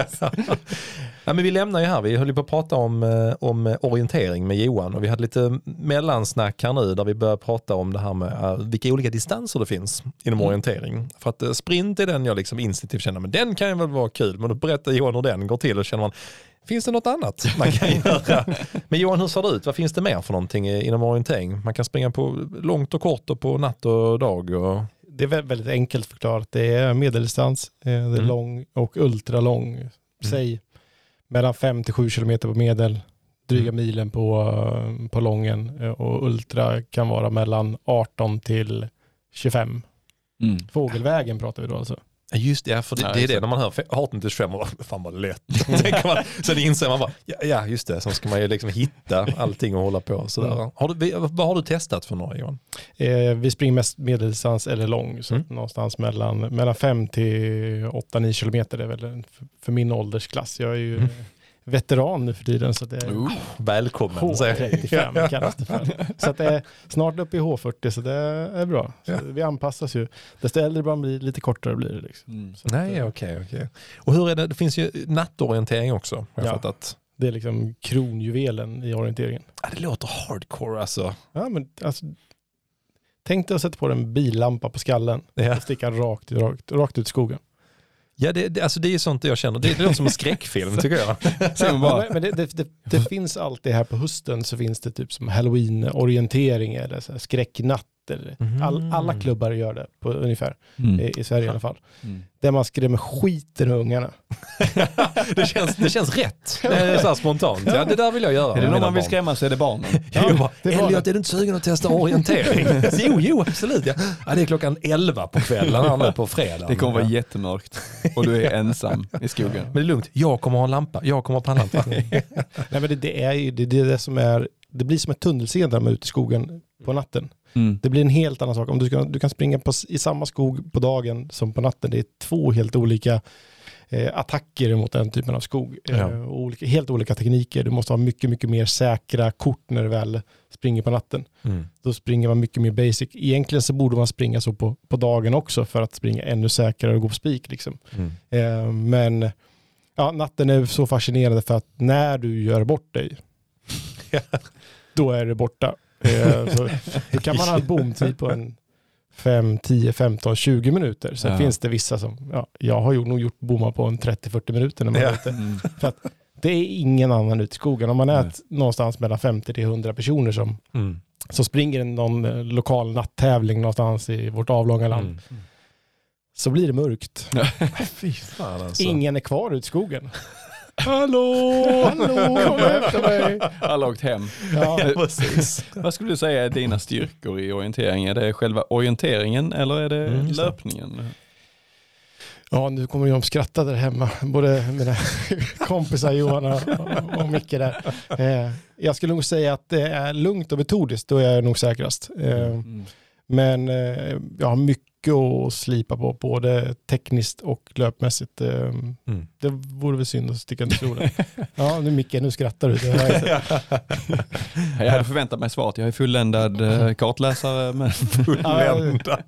ja, men vi lämnar ju här. Vi höll på att prata om orientering med Johan och vi hade lite mellansnack här nu där vi började prata om det här med vilka olika distanser det finns inom orientering. För att sprint är den jag liksom instinktivt känner, men den kan ju väl vara kul. Men då berättar Johan hur den går till och känner man, finns det något annat man kan göra? Men Johan, hur ser det ut? Vad finns det mer för någonting inom orientering? Man kan springa på långt och kort och på natt och dag. Och... Det är väldigt enkelt förklarat. Det är medeldistans, det är lång och ultralång. Säg mellan 5-7 kilometer på medel, dryga milen på lången och ultra kan vara mellan 18 till 25. Fågelvägen pratar vi då alltså. Just det, för det är det när man hör 18 till 25 och fan vad lätt. Sen inser man bara, ja just det, så ska man ju liksom hitta allting och hålla på. Sådär. Vad har du testat för några, Johan? Vi springer mest medeldistans eller lång, så någonstans mellan 5 till 8-9 kilometer. Det är väl för min åldersklass. Jag är ju veteran nu för tiden. Så det är välkommen. H35 kallas det för. Så att det är snart upp i H40 så det är bra. Så vi anpassas ju. Desto äldre man blir, lite kortare blir det. Liksom. Nej, okej. Och hur är det? Det finns ju nattorientering också. Har jag fattat. Det är liksom kronjuvelen i orienteringen. Ja, det låter hardcore alltså. Ja, men alltså tänk dig att sätta på en billampa på skallen och sticka rakt ut i skogen. Ja, det är ju sånt jag känner. Det låter som en skräckfilm tycker jag. Men det finns alltid här på hösten så finns det typ som Halloween-orientering eller så här skräcknatt. Alla klubbar gör det på ungefär i Sverige i alla fall. Där man skrämmer skiten ur ungarna. det känns rätt. Så här spontant. Ja, det där vill jag göra. Är det någon man vill skrämma så är det barnen. Elliot, är du inte sugen att testa orientering? jo, absolut. Ja, det är klockan 11 på kvällen här nu på fredag. Det kommer vara jättemörkt och du är ensam i skogen. Men det är lugnt. Jag kommer ha en lampa. Jag kommer ha pannlampa. Nej, men det är ju det som är, det blir som ett tunnelseende när man är ute i skogen på natten. Det blir en helt annan sak. Om du kan springa i samma skog på dagen som på natten. Det är 2 helt olika attacker mot den typen av skog. Och helt olika tekniker. Du måste ha mycket, mycket mer säkra kort när du väl springer på natten. Då springer man mycket mer basic. Egentligen så borde man springa så på dagen också för att springa ännu säkrare och gå på spik. Liksom. Men natten är så fascinerande för att när du gör bort dig då är det borta. Så då kan man ha en bomtid på en 5, 10, 15, 20 minuter. Sen finns det vissa som, jag har nog gjort bommar på en 30-40 minuter när man är ute. För att det är ingen annan ute i skogen. Om man är någonstans mellan 50 till 100 personer som springer någon lokal natttävling någonstans i vårt avlånga land. Så blir det mörkt. Fy fan alltså. Ingen är kvar ute i skogen. Hallå, kom efter mig. Alla åkt hem. Ja, precis. Vad skulle du säga är dina styrkor i orientering? Är det själva orienteringen eller är det löpningen? Ja, nu kommer de skratta där hemma. Både mina kompisar Johan och Micke där. Jag skulle nog säga att det är lugnt och metodiskt. Då är jag nog säkrast. Men jag har mycket att slipa på, både tekniskt och löpmässigt. Det vore väl synd att sticka under stolen. Ja, nu skrattar du. Jag hade förväntat mig svaret. Jag är fulländad kartläsare. Men fulländad.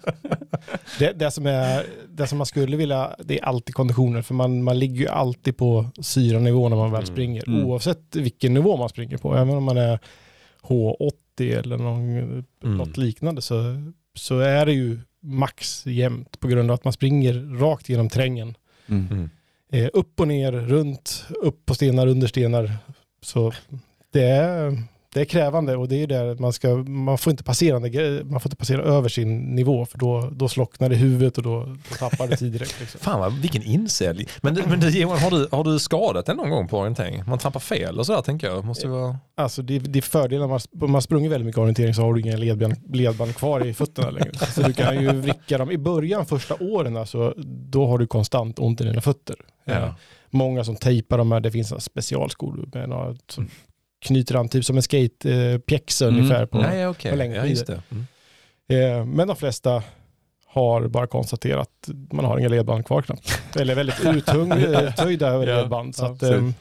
Det som man skulle vilja, det är alltid konditionen. För man ligger ju alltid på syranivå när man väl springer. Oavsett vilken nivå man springer på. Även om man är H80 eller något liknande så är det ju max jämnt på grund av att man springer rakt genom trängen. Upp och ner, runt, upp på stenar, under stenar. Så det är krävande och det är där man får inte passera över sin nivå för då slocknar det huvudet och då tappar det tid direkt. Liksom. Fan vilken insäljning. Men du Johan, har du skadat den någon gång på orientering? Man trampar fel och sådär tänker jag. Måste vara... Alltså det är fördelen när man sprungit väldigt mycket orientering så har du inga ledband kvar i fötterna längre. Så du kan ju vricka dem. I början första åren alltså, då har du konstant ont i dina fötter. Ja. många som tejpar de här, det finns en specialskor med några som knyter an typ som en skatepjäxa ungefär på längden. Ja, just det. Men de flesta har bara konstaterat att man har inga ledband kvar knappt. Eller väldigt uthöjda ledband. Så att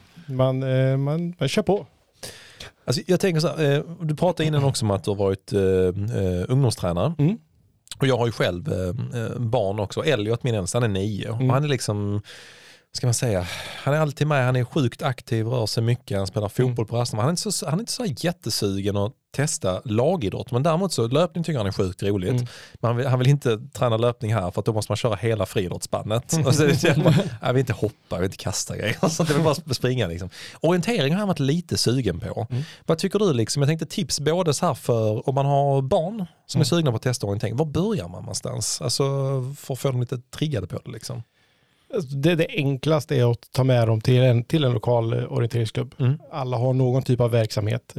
man kör på. Alltså, jag tänker så här, du pratade innan också om att du har varit ungdomstränare. Och jag har ju själv barn också. Elliot, min äldsta, han är 9. Och han är liksom, ska man säga, han är alltid med, han är sjukt aktiv, rör sig mycket, han spelar fotboll på rasterna. Han är inte så jättesugen att testa lagidrott, men däremot så löpning tycker han är sjukt roligt. Men han vill inte träna löpning här för att då måste man köra hela friidrottsspannet. Och så jag vill inte hoppa, jag vill inte kasta grejer. Så jag vill bara springa liksom. Orientering har han varit lite sugen på. Vad tycker du liksom? Jag tänkte tips både så här för om man har barn som är sugna på att testa orientering. Var börjar man någonstans? Alltså för att få dem lite triggade på det liksom. Det enklaste är att ta med dem till en lokal orienteringsklubb. Alla har någon typ av verksamhet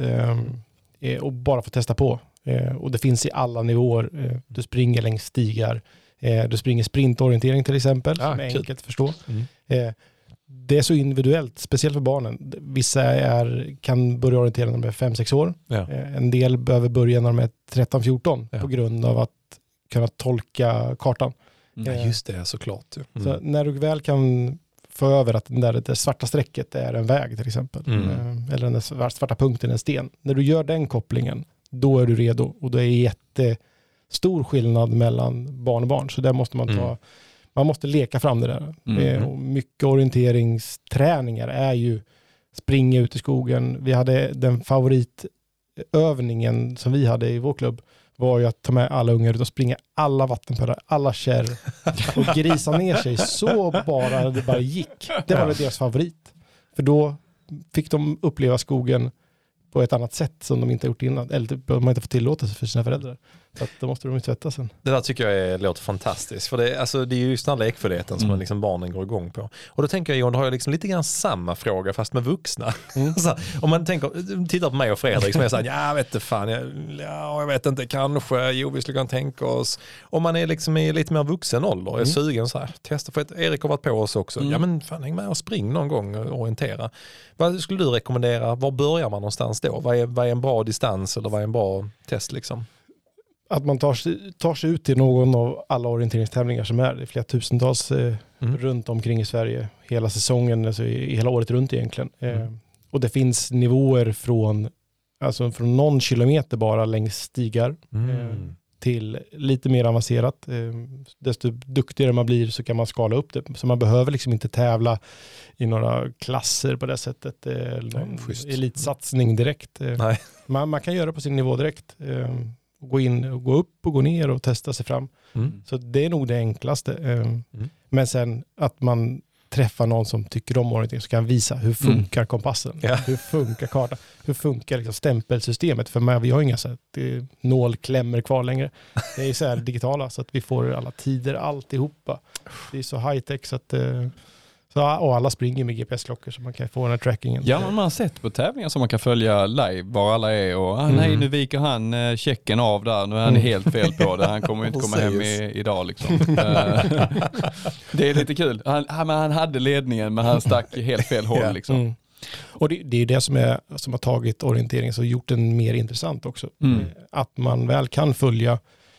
och bara få testa på. Och det finns i alla nivåer. Du springer längs stigar. Du springer sprintorientering till exempel, som är enkelt att förstå. Det är så individuellt, speciellt för barnen. Vissa kan börja orientera när de är 5-6 år. Ja. En del behöver börja när de är 13-14 på grund av att kunna tolka kartan. Ja, just det, såklart. Så när du väl kan få över att det svarta strecket är en väg till exempel, eller den svarta punkten en sten. När du gör den kopplingen, då är du redo. Och det är jättestor skillnad mellan barn och barn. Så där måste man måste leka fram det där. Och mycket orienteringsträningar är ju springa ut i skogen. Vi hade den favoritövningen som vi hade i vår klubb var ju att ta med alla ungar ut och springa alla vattenpölar, alla kärr och grisa ner sig så det bara gick. Det var deras favorit. För då fick de uppleva skogen på ett annat sätt som de inte gjort innan. Eller de har inte fått tillåtelse för sina föräldrar. Så att då måste de ju tvätta sen. Det där tycker jag låter fantastiskt. För det är ju just den här lekfullheten som liksom barnen går igång på. Och då tänker jag, John, då har jag liksom lite grann samma fråga fast med vuxna. Så, om man tittar på mig och Fredrik som är så här, jag vet inte fan, jag vet inte, kanske, vi skulle kunna tänka oss. Om man är liksom i lite mer vuxen ålder, är sugen så här, testa, för att Erik har varit på oss också. Ja men fan, häng med och spring någon gång och orientera. Vad skulle du rekommendera? Var börjar man någonstans då? Vad är en bra distans eller vad är en bra test liksom? Att man tar sig ut till någon av alla orienteringstävlingar som är. Det är flera tusentals runt omkring i Sverige. Hela säsongen, alltså hela året runt egentligen. Och det finns nivåer från någon kilometer bara längs stigar till lite mer avancerat. Desto duktigare man blir så kan man skala upp det. Så man behöver liksom inte tävla i några klasser på det sättet. Elitsatsning direkt. Man kan göra på sin nivå direkt. Gå in och gå upp och gå ner och testa sig fram. Så det är nog det enklaste. Men sen att man träffar någon som tycker om orientering så kan visa hur funkar kompassen, hur funkar kartan, hur funkar liksom stämpelsystemet. För vi har inga så nålklämmer kvar längre. Det är så här digitala så att vi får alla tider, alltihopa. Det är så high tech så att och alla springer med GPS-klockor så man kan få den här trackingen. Ja, man har sett på tävlingar som man kan följa live var alla är och nej, nu viker han checken av där, nu är han helt fel på det, han kommer inte komma hem idag liksom. Det är lite kul. Han hade ledningen men han stack helt fel håll liksom. Och det är det som har tagit orientering och gjort den mer intressant också. Att man väl kan följa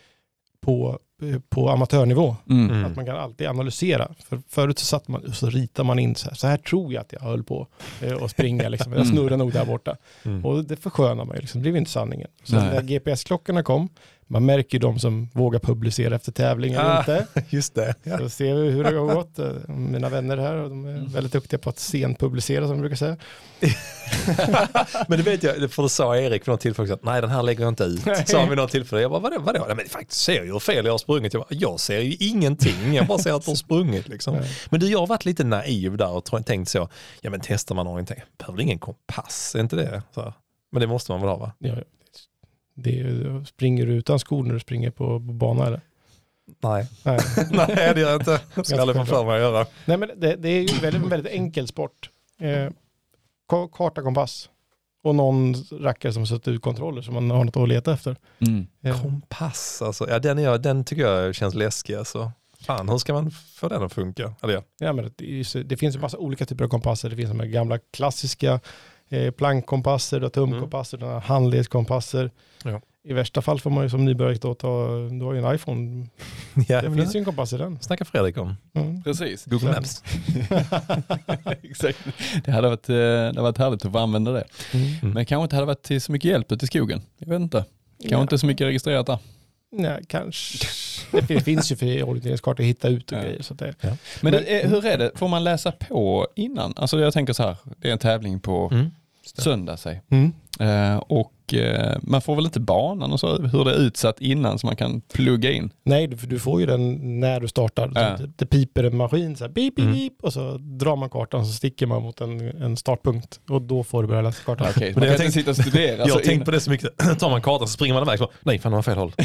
på amatörnivå. Att man kan alltid analysera. För förut så ritar man in så här tror jag att jag höll på att springa. Liksom. Jag snurrar nog där borta. Och det förskönar man ju. Liksom. Det blir inte sanningen. Så när GPS-klockorna kom, man märker de som vågar publicera efter tävling eller inte. Just det. Ja. Så ser vi hur det har gått. Mina vänner här, de är väldigt duktiga på att publicera som vi brukar säga. Men det vet jag, för då sa Erik för något tillfälle att nej, den här lägger jag inte ut. Så har vi något tillfälle. Jag bara, vadå? Nej, men faktiskt ser ju hur fel jag har sprungit. Jag ser ju ingenting. Jag bara ser att de har sprungit liksom. Men jag har varit lite naiv där och tänkt så, ja men testar man orientering, behöver ingen kompass, är inte det? Så. Men det måste man väl ha, va? Ja. Springer du utan skor när du springer på bana eller? Nej. Nej, det gör jag inte. Jag ska aldrig få för mig att göra. Nej, men det är ju en väldigt enkel sport. Karta, kompass och någon rackare som sätter ut kontroller som man har något att leta efter. Kompass, alltså. Ja, den tycker jag känns läskig. Alltså. Fan, hur ska man få den att funka? Eller Ja, men det finns en massa olika typer av kompasser. Det finns de här gamla klassiska plankkompasser, tumkompasser, handledskompasser. Ja. I värsta fall får man ju som nybörjare då du har ju en iPhone. Ja, det finns ju en kompass i den. Snackar Fredrik om. Precis. Google Maps. Exakt. Det hade varit härligt att få använda det. Men kanske inte hade varit till så mycket hjälp ute i skogen. Jag vet inte. Kanske inte så mycket registrerat där. Nej, kanske. Det finns ju för orienteringskartor att hitta ut och grejer. Så det. Ja. Men hur är det? Får man läsa på innan? Alltså jag tänker så här, det är en tävling på söndag, säg. Och man får väl inte banan och så, hur det är utsatt innan så man kan plugga in? Nej, du får ju den när du startar. Det piper en maskin så här, beep, beep, beep, och så drar man kartan och så sticker man mot en startpunkt och då får du börja läsa kartan. Okay, man kan inte sitta och studera. Jag har tänkt på det så mycket. Tar man kartan så springer man iväg så, nej fan det var fel håll.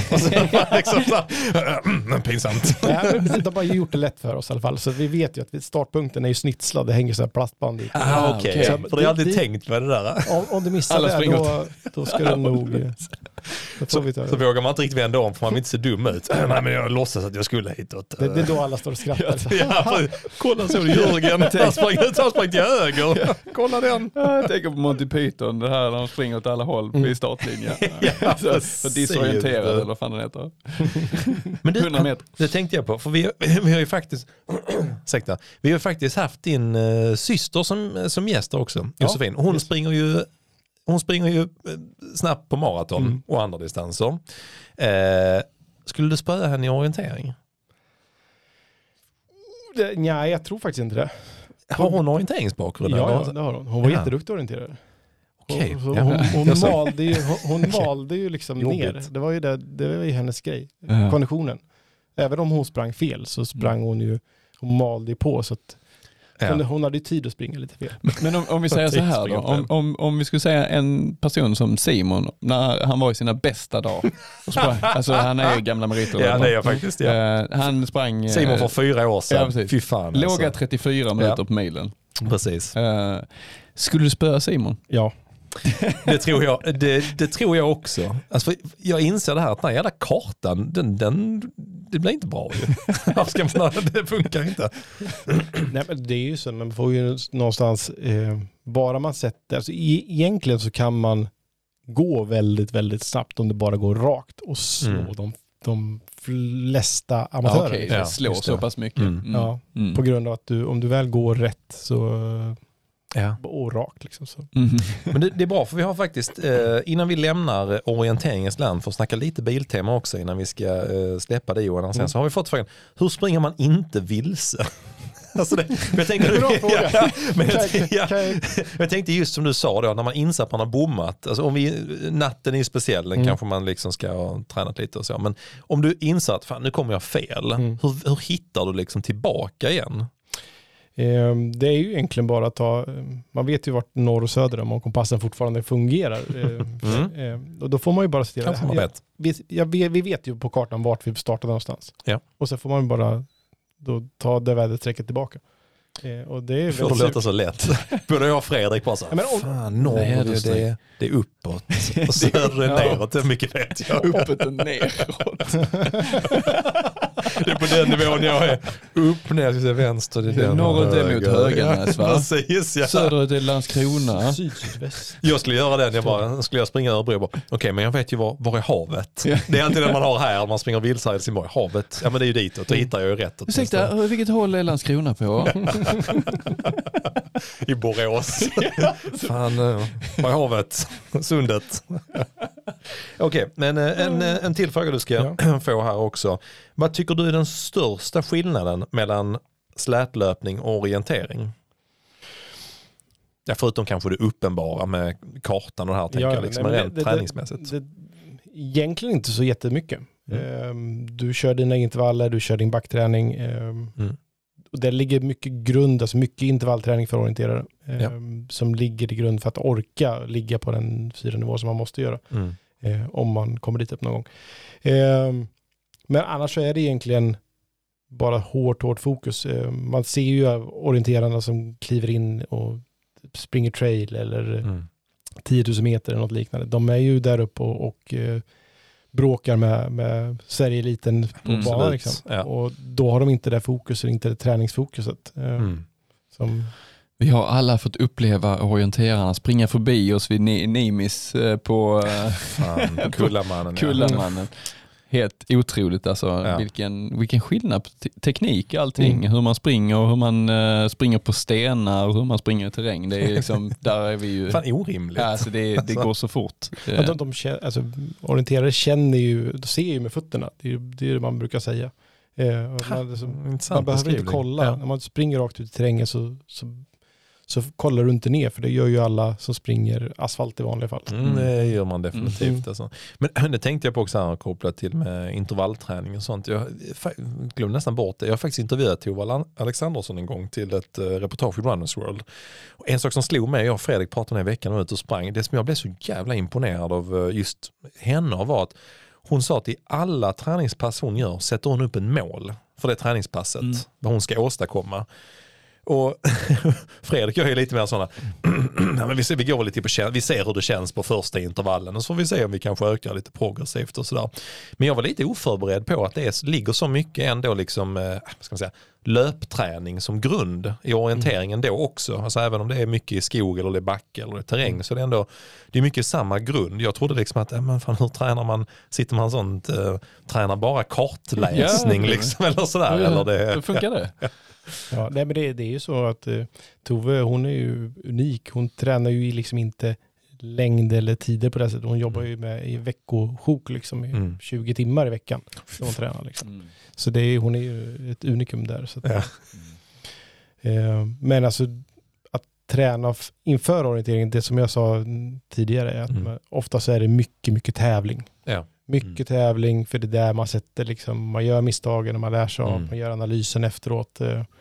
Pinsamt. Ja, de har bara gjort det lätt för oss i alla fall. Så vi vet ju att startpunkten är ju snitslad, det hänger så här plastband i. Okej. För det har jag aldrig tänkt på det där. Om du missar det då ska du nog... Så vågar man inte riktigt vända om för man vill inte se dum ut. Nej, men jag låtsas att jag skulle hitåt. Det är då alla står och skrattar. Kolla så du Jörgen. Han sprang till höger. Ja, kolla den. Jag tänker på Monty Python, det här när de springer åt alla håll vid startlinjen. Så disorienterad eller vad fan den heter. Men 100 meter. Det tänkte jag på. För vi har ju faktiskt vi har faktiskt haft din syster som gäst också, Josefin. Hon springer ju snabbt på maraton och andra distanser. Skulle du spöa henne i orientering? Nej, jag tror faktiskt inte det. Har hon orienteringsbakgrund? Ja, det har hon. Hon var jätteduktig orienterare. Okay. Hon malde ju liksom ner. Det var ju hennes grej. Konditionen. Även om hon sprang fel så sprang hon malde på så att hon hade ju tid att springa lite fel. Men om vi säger så här då, om vi skulle säga en person som Simon, när han var i sina bästa dagar, alltså han är ju gamla meriter. Ja, det är jag faktiskt. Ja. Han sprang... Simon för 4 år sedan. Ja, fy fan. Låga alltså. 34 minuter på milen. Precis. Skulle du spöa Simon? Ja. Det tror jag också. Alltså, jag inser det här att den här jävla kartan, det blir inte bra ju. Det funkar inte. Nej, men det är ju så, man får ju någonstans bara man sätter, alltså egentligen så kan man gå väldigt, väldigt snabbt om det bara går rakt och slå de flesta amatörer. Okej, slå så pass mycket. På grund av att om du väl går rätt så och rakt liksom så. Men det är bra för vi har faktiskt innan vi lämnar orienteringens land för att snacka lite biltema också innan vi ska släppa det Johan sen så har vi fått frågan, hur springer man inte vilse? Alltså jag tänkte just som du sa då, när man inser att man har bommat, alltså natten är speciell, den kanske man liksom ska ha tränat lite och så, men om du inser att fan, nu kommer jag fel, hur hittar du liksom tillbaka igen? Det är ju egentligen bara att man vet ju vart norr och söder om kompassen fortfarande fungerar. Och då får man ju bara se vi vet ju på kartan vart vi startar någonstans. Ja. Och så får man bara då ta det väderstrecket tillbaka. Och det är det låter så lätt. Både jag och Fredrik bara så fan, norr det är uppåt och söder är neråt, det är mycket rätt. Uppåt och neråt. Det är på den nivån jag är. Upp, ner till vänster. Det är norrut är mot Höganäs, va? Precis, ja. Söderut är Landskrona. Sydväst. Jag skulle göra den. Skulle jag springa över bro. Okej, men jag vet ju var är havet. Det är alltid det man har här. Man springer vilsar i Helsingborg. Havet, ja men det är ju ditåt. Då hittar jag ju rätt. Ursäkta, vilket håll är Landskrona på? I Borås. Fan, var är havet? Sundet. Okej, men en till fråga du ska få här också. Vad tycker du är den största skillnaden mellan slätlöpning och orientering? Ja, förutom kanske det uppenbara med kartan och det här, tänker jag liksom rent träningsmässigt. Egentligen inte så jättemycket. Du kör dina intervaller, du kör din backträning. Och det ligger mycket grund, alltså mycket intervallträning för orienterare som ligger till grund för att orka ligga på den 4 nivå som man måste göra om man kommer dit upp någon gång. Men annars så är det egentligen bara hårt fokus. Man ser ju orienterarna som kliver in och springer trail eller 10 000 meter eller något liknande. De är ju där uppe och bråkar med Sverige-eliten på banan. Liksom. Ja. Och då har de inte det fokuset, inte det träningsfokuset. Vi har alla fått uppleva orienterarna springa förbi oss vid Nimis på Kullamannen. Helt otroligt alltså, vilken skillnad på teknik allting, hur man springer och hur man springer på stenar och hur man springer i terräng, det är liksom, där är vi ju fan orimligt. Alltså det går så fort. Orienterare känner ju, de ser ju med fötterna, det är det man brukar säga. Man behöver inte kolla, när man springer rakt ut i terrängen så kollar du inte ner, för det gör ju alla som springer asfalt i vanliga fall. Det gör man definitivt. Alltså. Men det tänkte jag på också här, kopplat till med intervallträning och sånt. Jag glömde nästan bort det. Jag har faktiskt intervjuat Tove Alexandersson en gång till ett reportage i Runners World. Och en sak som slog mig, jag och Fredrik pratade den här veckan och ut och sprang, det som jag blev så jävla imponerad av just henne var att hon sa att i alla träningspass hon gör sätter hon upp en mål för det träningspasset, vad hon ska åstadkomma. Och Fredrik gör ju lite mer sådana men vi går lite på vi ser hur det känns på första intervallen och så får vi se om vi kanske ökar lite progressivt och sådär. Men jag var lite oförberedd på att det ligger så mycket ändå liksom ska man säga, löpträning som grund i orienteringen då också. Alltså även om det är mycket i skog eller det är backe eller det är terräng så det är mycket samma grund. Jag trodde liksom att hur tränar man, sitter man sånt tränar bara kartläsning liksom eller sådär. Eller det funkar det. Ja, nej, men det är ju så att Tove, hon är ju unik. Hon tränar ju liksom inte längd eller tider på det sättet. Hon jobbar ju med i veckosjok liksom i 20 timmar i veckan. Så hon tränar liksom. Så hon är ju ett unikum där. Så att, men alltså att träna inför orienteringen, det som jag sa tidigare är att ofta så är det mycket, mycket tävling. Ja. Mycket tävling, för det är där man sätter liksom, man gör misstagen och man lär sig av, man gör analysen efteråt.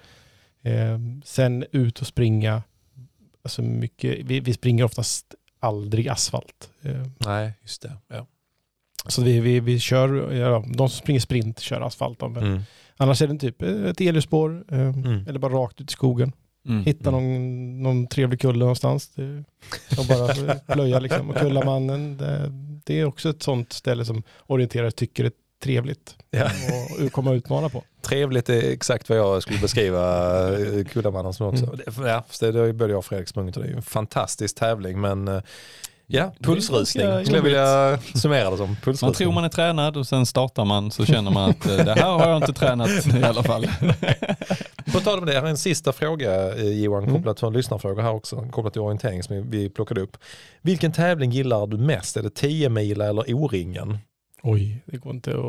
Sen ut och springa. Alltså mycket, vi springer oftast aldrig asfalt. Nej, just det. Ja. Så vi kör, de som springer sprint kör asfalt. Annars är det typ ett elspår eller bara rakt ut i skogen. Hitta någon trevlig kulle någonstans. Och bara plöja liksom. Och Kullamannen, det är också ett sånt ställe som orienterare tycker är trevligt och komma och utmana på. Trevligt är exakt vad jag skulle beskriva Kullamannen som också. Det började jag och Fredrik sprungit och det är en fantastisk tävling, men pulsrusning skulle jag vilja summera det som. Pulsrusning. Man tror man är tränad och sen startar man så känner man att det här har jag inte tränat i alla fall. På tal om det, jag har en sista fråga Johan, kopplat till en lyssnarfråga här också, kopplat till orientering som vi plockade upp. Vilken tävling gillar du mest? Är det 10 mila eller O-ringen? Oj, det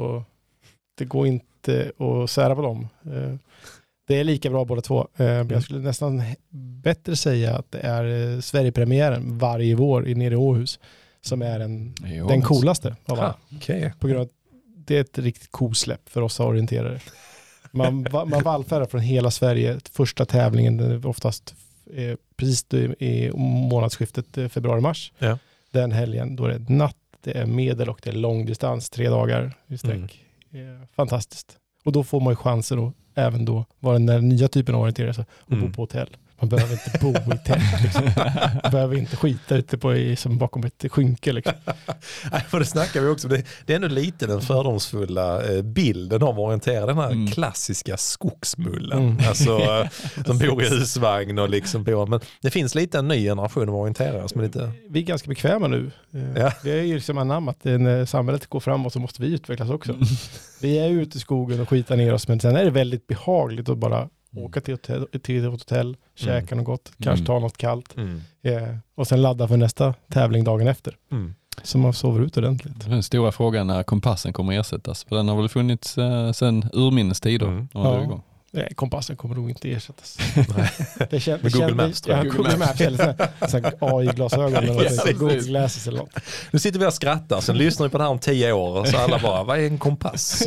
går inte att sära på dem. Det är lika bra båda två. Men jag skulle nästan bättre säga att det är Sverigepremiären varje vår nere i Åhus som är den coolaste av alla. Okay. På grund av att det är ett riktigt kosläpp för oss orienterare. Man vallfärdar från hela Sverige. Första tävlingen är oftast precis i månadsskiftet februari-mars. Ja. Den helgen då är det natt, det är medel och det är långdistans, 3 dagar i sträck. Fantastiskt. Och då får man ju chansen att även då vara den där nya typen av orienterare och bo på hotell. Man behöver inte bo i tält. Liksom. Man behöver inte skita ute som bakom ett skynke. Liksom. Nej, för det snackar vi också. Det är ändå lite den fördomsfulla bilden av orienterare. Den här klassiska skogsmullen. Alltså, som bor i husvagn och liksom bor. Men det finns lite en ny generation av orienterare som är lite... Vi är ganska bekväma nu. Vi är ju liksom anammat att när samhället går framåt så måste vi utvecklas också. Vi är ute i skogen och skitar ner oss, men sen är det väldigt behagligt att bara åka till ett hotell, käka något gott, kanske ta något kallt och sen ladda för nästa tävling dagen efter. Så man sover ut ordentligt. Den stora frågan när kompassen kommer ersättas, för den har väl funnits sedan urminnes tider. Nej, kompassen kommer nog inte ersättas. Med Google Maps tror jag. Google Maps eller AI-glasögon eller Google Glasses eller något. Nu sitter vi och skrattar, sen lyssnar vi på det här om 10 år så alla bara, vad är en kompass?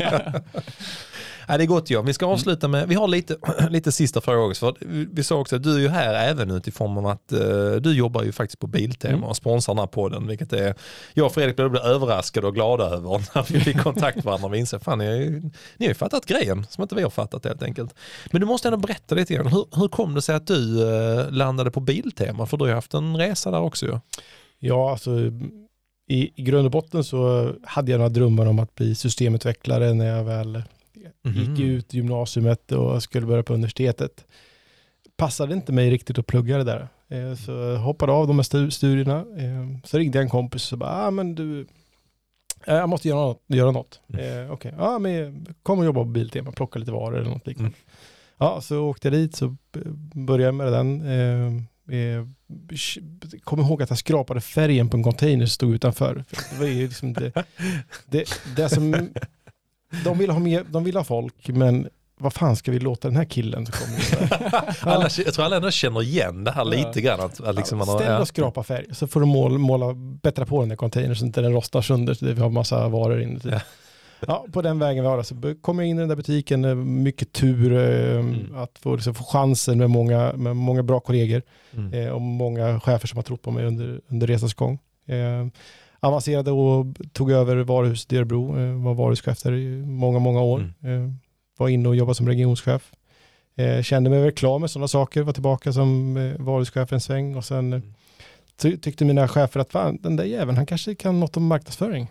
Det är gott Vi ska avsluta med, vi har lite sista frågor också. För vi sa också att du är ju här även utifrån om att du jobbar ju faktiskt på Biltema och sponsrar den här podden, vilket är, jag och Fredrik blev överraskade och glada över när vi fick kontakt med varandra och insåg, fan ni har ju fattat grejen som inte vi har fattat helt enkelt. Men du måste ändå berätta lite grann, hur kom det sig att du landade på Biltema? För du har ju haft en resa där också ju. Ja, alltså i grund och botten så hade jag några drömmar om att bli systemutvecklare när jag väl gick ut gymnasiet och skulle börja på universitetet. Passade inte mig riktigt att plugga det där. Så jag hoppade av de här studierna. Så ringde jag en kompis och bara, men du, jag måste göra något. Okej, men kom och jobba på Biltema, plocka lite varor eller något liknande. Ja, så åkte jag dit, så började jag med den. Kom ihåg att jag skrapade färgen på en container som stod utanför. Det var ju liksom det som de vill ha folk, men vad fan ska vi låta den här killen så kommer Jag tror alla ändå känner igen det här lite grann. Att liksom ställ och skrapa färg, så får du måla bättre på den där containern så inte den rostar sönder, så vi har massa varor inuti. Ja, på den vägen vi har. Så kom jag in i den där butiken, mycket tur att få chansen med många bra kollegor och många chefer som har trott på mig under resans gång. Avancerade och tog över varuhuset i Örebro, var varuhuschef där i många år. Var inne och jobbade som regionschef. Kände mig väl klar med sådana saker, var tillbaka som varuhuschef en sväng och sen tyckte mina chefer att fan, den där jäveln, han kanske kan något om marknadsföring.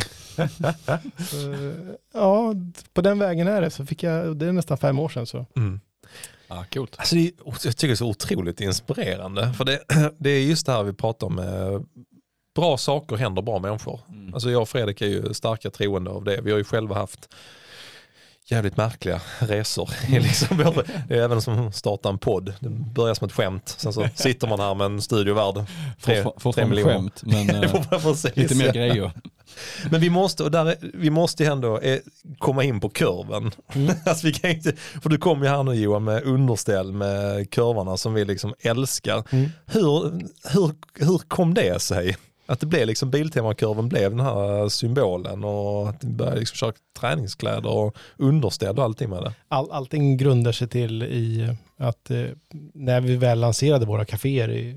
Så, ja, på den vägen är det. Så fick jag, det är nästan 5 år sedan så. Ja, coolt. Alltså jag tycker det är så otroligt inspirerande. För det är just det här vi pratar om. Bra saker händer bra människor. Alltså jag och Fredrik är ju starka troende av det. Vi har ju själva haft jävligt märkliga resor. Liksom, det är även som att starta en podd. Det börjar som ett skämt. Sen så sitter man här med en studiovärd. 3 miljoner. Skämt, men lite mer grejer. Men vi måste ändå komma in på kurven. Alltså vi kan inte, för du kommer ju här nu Johan med underställ med kurvorna som vi liksom älskar. Hur kom det sig? Att det blev liksom Biltema-kurven blev den här symbolen och att det började liksom köra träningskläder och underställ och allting med det. Allting grundar sig till i att när vi väl lanserade våra kaféer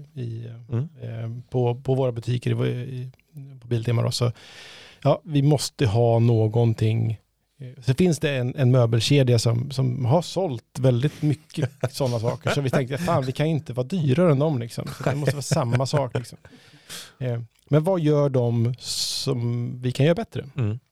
på våra butiker på Biltema då, så vi måste ha någonting. Så finns det en möbelkedja som har sålt väldigt mycket sådana saker. Så vi tänkte, fan vi kan inte vara dyrare än dem liksom. Så det måste vara samma sak liksom. Men vad gör de som vi kan göra bättre?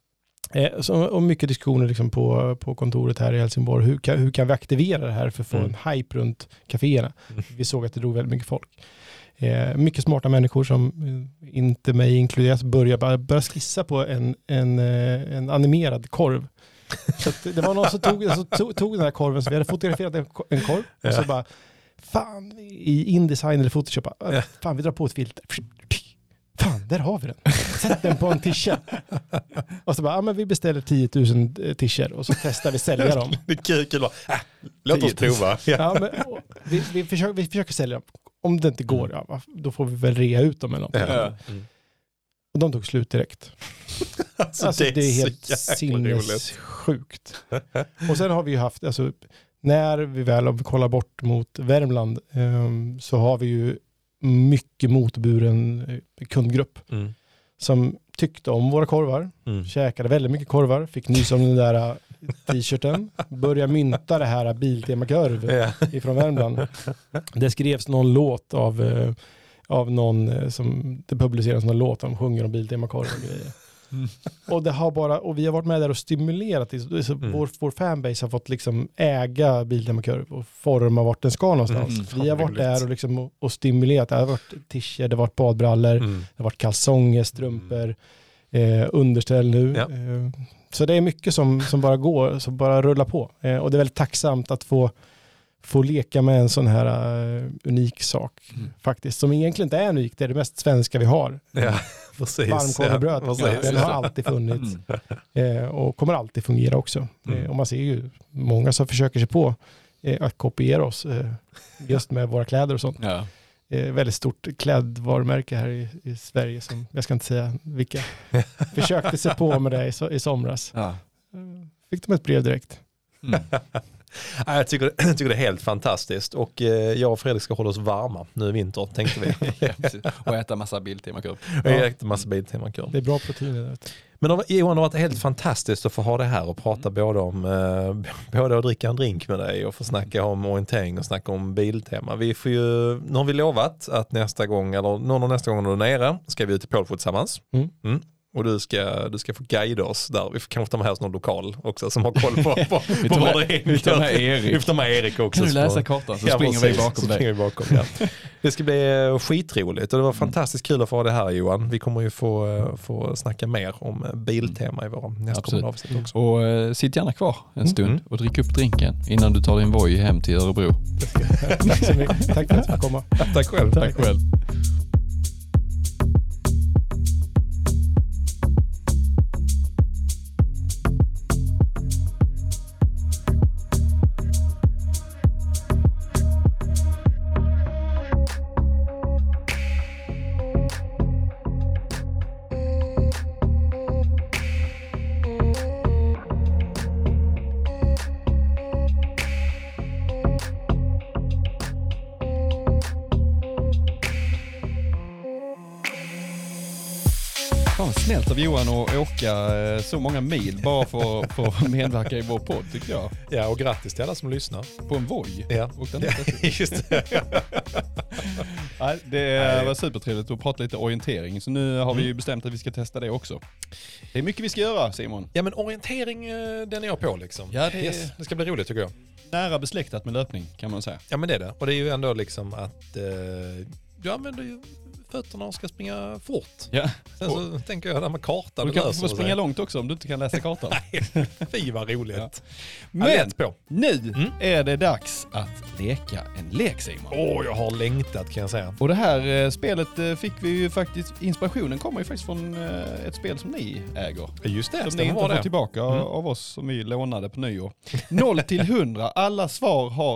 Och mycket diskussioner liksom på kontoret här i Helsingborg. Hur kan vi aktivera det här för att få en hype runt kaféerna? Vi såg att det drog väldigt mycket folk. Mycket smarta människor som inte mig inkluderas börjar skissa på en animerad korv. Så det var någon som tog den här korven, så vi hade fotograferat en korv och så bara fan, i InDesign eller Photoshop, fan vi drar på ett filter. Fan, där har vi den. Sätt den på en t-shirt. Och så bara, men vi beställer 10 000 t-shirts och så testar vi sälja dem. Det är kul. Låt oss prova. Ja, men, vi försöker sälja dem. Om det inte går, då får vi väl rea ut dem eller något. Och de tog slut direkt. Alltså det är helt sinnessjukt. Och sen har vi ju haft, alltså, när vi väl kollar bort mot Värmland så har vi ju mycket motburen kundgrupp som tyckte om våra korvar, käkade väldigt mycket korvar, fick nys om den där t-shirten, började mynta det här Biltema-kurv ifrån Värmland. Det skrevs någon låt av någon som det publicerades någon låt om sjunger om Biltema-korv och grejer. Och vi har varit med där och stimulerat det. Så vår fanbase har fått liksom äga Biltema-kurv och forma vart den ska någonstans. Vi har varit där och, liksom, och stimulerat. Det har varit t-shirt, det har varit badbrallor, det har varit kalsonger, strumpor, underställ nu. Ja. Så det är mycket som bara går, som bara rullar på. Och det är väldigt tacksamt att få leka med en sån här unik sak faktiskt. Som egentligen inte är unik, det är det mest svenska vi har. Ja, precis. Varmkorv och bröd. Den har alltid funnits. Och kommer alltid fungera också. Och man ser ju många som försöker sig på att kopiera oss just med våra kläder och sånt. Ja. Väldigt stort klädvarumärke här i Sverige som, jag ska inte säga vilka, försökte sig på med det i somras. Ja. Fick de ett brev direkt. Jag tycker det är helt fantastiskt. Och jag och Fredrik ska hålla oss varma nu i vinter, tänkte vi. Och äta massa Biltema-korv. Det är bra proteiner. Men Johan, det har varit helt fantastiskt att få ha det här och prata både att dricka en drink med dig och få snacka om orientering och snacka om Biltema. Nu har vi lovat att nästa gång när du är nere ska vi ut i Pålfot tillsammans. Och du ska få guida oss där. Vi får kanske ta med oss någon lokal också som har koll på vad det är. Vi tar med Erik också. Kan du läsa kartan så springer vi bakom dig. Det ska bli skitroligt och det var fantastiskt kul att få ha det här, Johan. Vi kommer ju få snacka mer om Biltema i våra nästkommande avsnitt också. Och sitt gärna kvar en stund och drick upp drinken innan du tar din Voi hem till Örebro. Tack så mycket. Tack för att du fick komma. Tack själv. Snällt av Johan att åka så många mil bara för att medverka i vår podd, tycker jag. Ja, och grattis till alla som lyssnar. På en Voi. Ja. Just det. Nej, det var supertrevligt att prata lite orientering. Så nu har vi ju bestämt att vi ska testa det också. Det är mycket vi ska göra, Simon. Ja, men orientering, den är jag på liksom. Ja, det ska bli roligt, tycker jag. Nära besläktat med löpning, kan man säga. Ja, men det är det. Och det är ju ändå liksom att du använder ju fötterna och ska springa fort. Ja. Sen så tänker jag där med kartan. Du kan få springa långt också om du inte kan läsa kartan. Nej, fy vad roligt. Ja. Men nu är det dags att leka en lek, Simon. Jag har längtat, kan jag säga. Och det här spelet fick vi ju faktiskt, inspirationen kommer ju faktiskt från ett spel som ni äger. Just det, som ni inte har fått tillbaka av oss som vi lånade på nyår. 0-100, alla svar har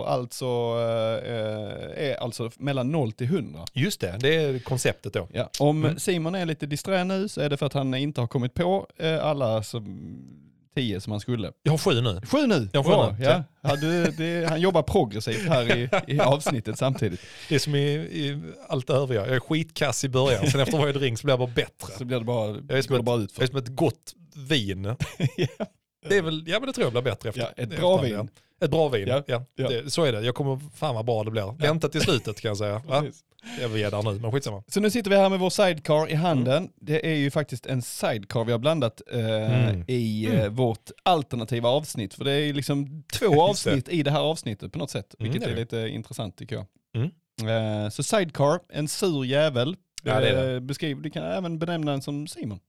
är alltså mellan 0-100. Just det är konceptet då. Ja. Om Simon är lite disträ nu så är det för att han inte har kommit på alla 10 som han skulle. Jag har 7 nu. 7 nu? Jag har 7 nu. Ja. Han jobbar progressivt här i avsnittet samtidigt. Det är som i allt övriga. Jag är skitkass i början. Sen efter varje drink så blir jag bara bättre. Så blir det bara, jag är som ett gott vin. Ja. Det är väl, men det tror jag blir bättre efter. Ja, ett bra vin. Ett bra vin, ja. Så är det. Jag kommer fan vad bra det blir. Vänta till slutet, kan jag säga. Jag är där nu, men skitsamma. Så nu sitter vi här med vår sidecar i handen. Det är ju faktiskt en sidecar vi har blandat i vårt alternativa avsnitt. För det är ju liksom 2 avsnitt i det här avsnittet på något sätt. Vilket är lite intressant, tycker jag. Så sidecar, en sur jävel. Ja, det är det. Du kan även benämna den som Simon.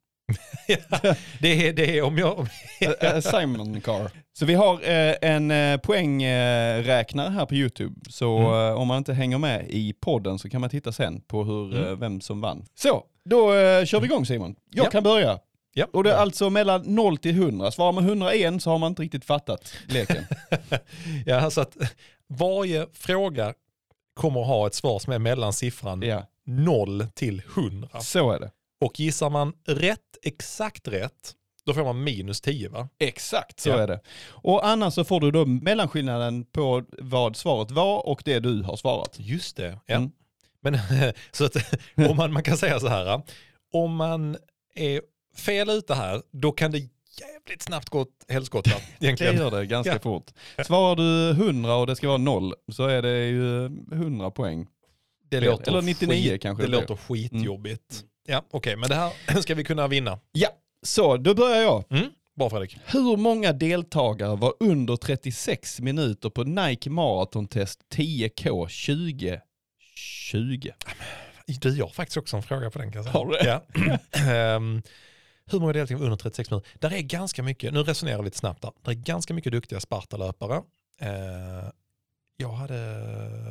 det är om jag... Simon Car. Så vi har en poängräknare här på YouTube. Så om man inte hänger med i podden så kan man titta sen på vem som vann. Så, då kör vi igång, Simon. Jag kan börja. Ja. Och det är alltså mellan 0-100. Svarar man 101 så har man inte riktigt fattat leken. Ja, alltså att varje fråga kommer att ha ett svar som är mellan siffran 0-100. Så är det. Och gissar man exakt rätt, då får man minus 10, va? Exakt, så är det. Och annars så får du då mellanskillnaden på vad svaret var och det du har svarat. Just det, ja. Men så att om man kan säga så här, om man är fel ute här, då kan det jävligt snabbt gå åt helskott. Det gör det ganska fort. Svarar du 100 och det ska vara 0 så är det ju 100 poäng. Eller 99 kanske. Det låter skitjobbigt. Ja, okej, men det här ska vi kunna vinna. Ja, så då börjar jag. Bra, Fredrik. Hur många deltagare var under 36 minuter på Nike Marathon-test 10K 2020? Du har faktiskt också en fråga på den, kan jag säga. Har du det? Ja. Hur många deltagare under 36 minuter? Där är ganska mycket, nu resonerar vi lite snabbt där. Det är ganska mycket duktiga Sparta-löpare. Jag hade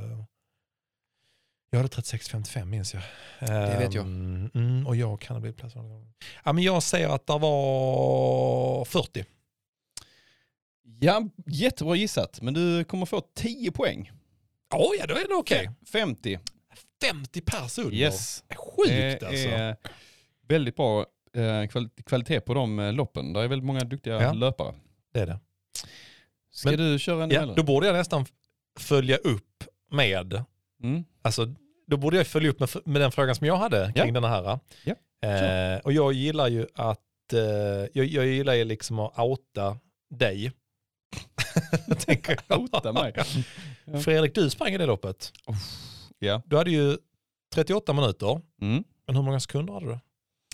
36-55 minns jag. Det vet jag. Och jag kan ha blivit plats. Ja, men jag säger att det var 40. Ja, jättebra gissat. Men du kommer få 10 poäng. Ja, då är det okej. 50. 50 pers under. Yes. Sjukt alltså. Det är väldigt bra kvalitet på de loppen. Det är väldigt många duktiga löpare. Det är det. Ska du köra en då borde jag nästan följa upp med, alltså då borde jag följa upp med den frågan som jag hade kring den här. Ja. Och jag gillar ju att, jag gillar ju liksom att outa dig. Tänker jag. Outa mig. Ja. Fredrik, du sprang i det loppet. Ja. Du hade ju 38 minuter. Men hur många sekunder hade du?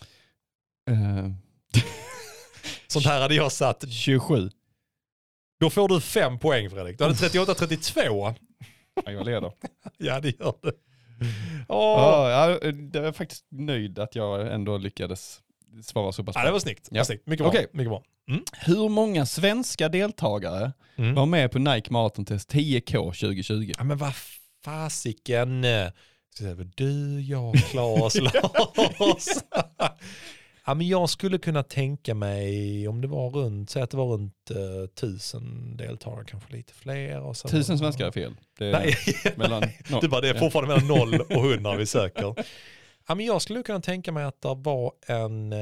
Sånt här hade jag satt. 27. Då får du 5 poäng, Fredrik. Du hade 38-32. Jag leder. Ja, det gör du. Jag är faktiskt nöjd att jag ändå lyckades svara så pass bra. Det var snyggt. Ja. Mycket bra. Okay. Mycket bra. Hur många svenska deltagare var med på Nike Marathon Test 10K 2020? Ja, men vad fasiken. Du, jag, Claes, Lars. Ja, men jag skulle kunna tänka mig om det var runt 1000 deltagare, kanske lite fler. Och så 1000 svenskar är fel. Det är nej, det är fortfarande mellan 0 och 100 vi söker. Ja, men jag skulle kunna tänka mig att det var en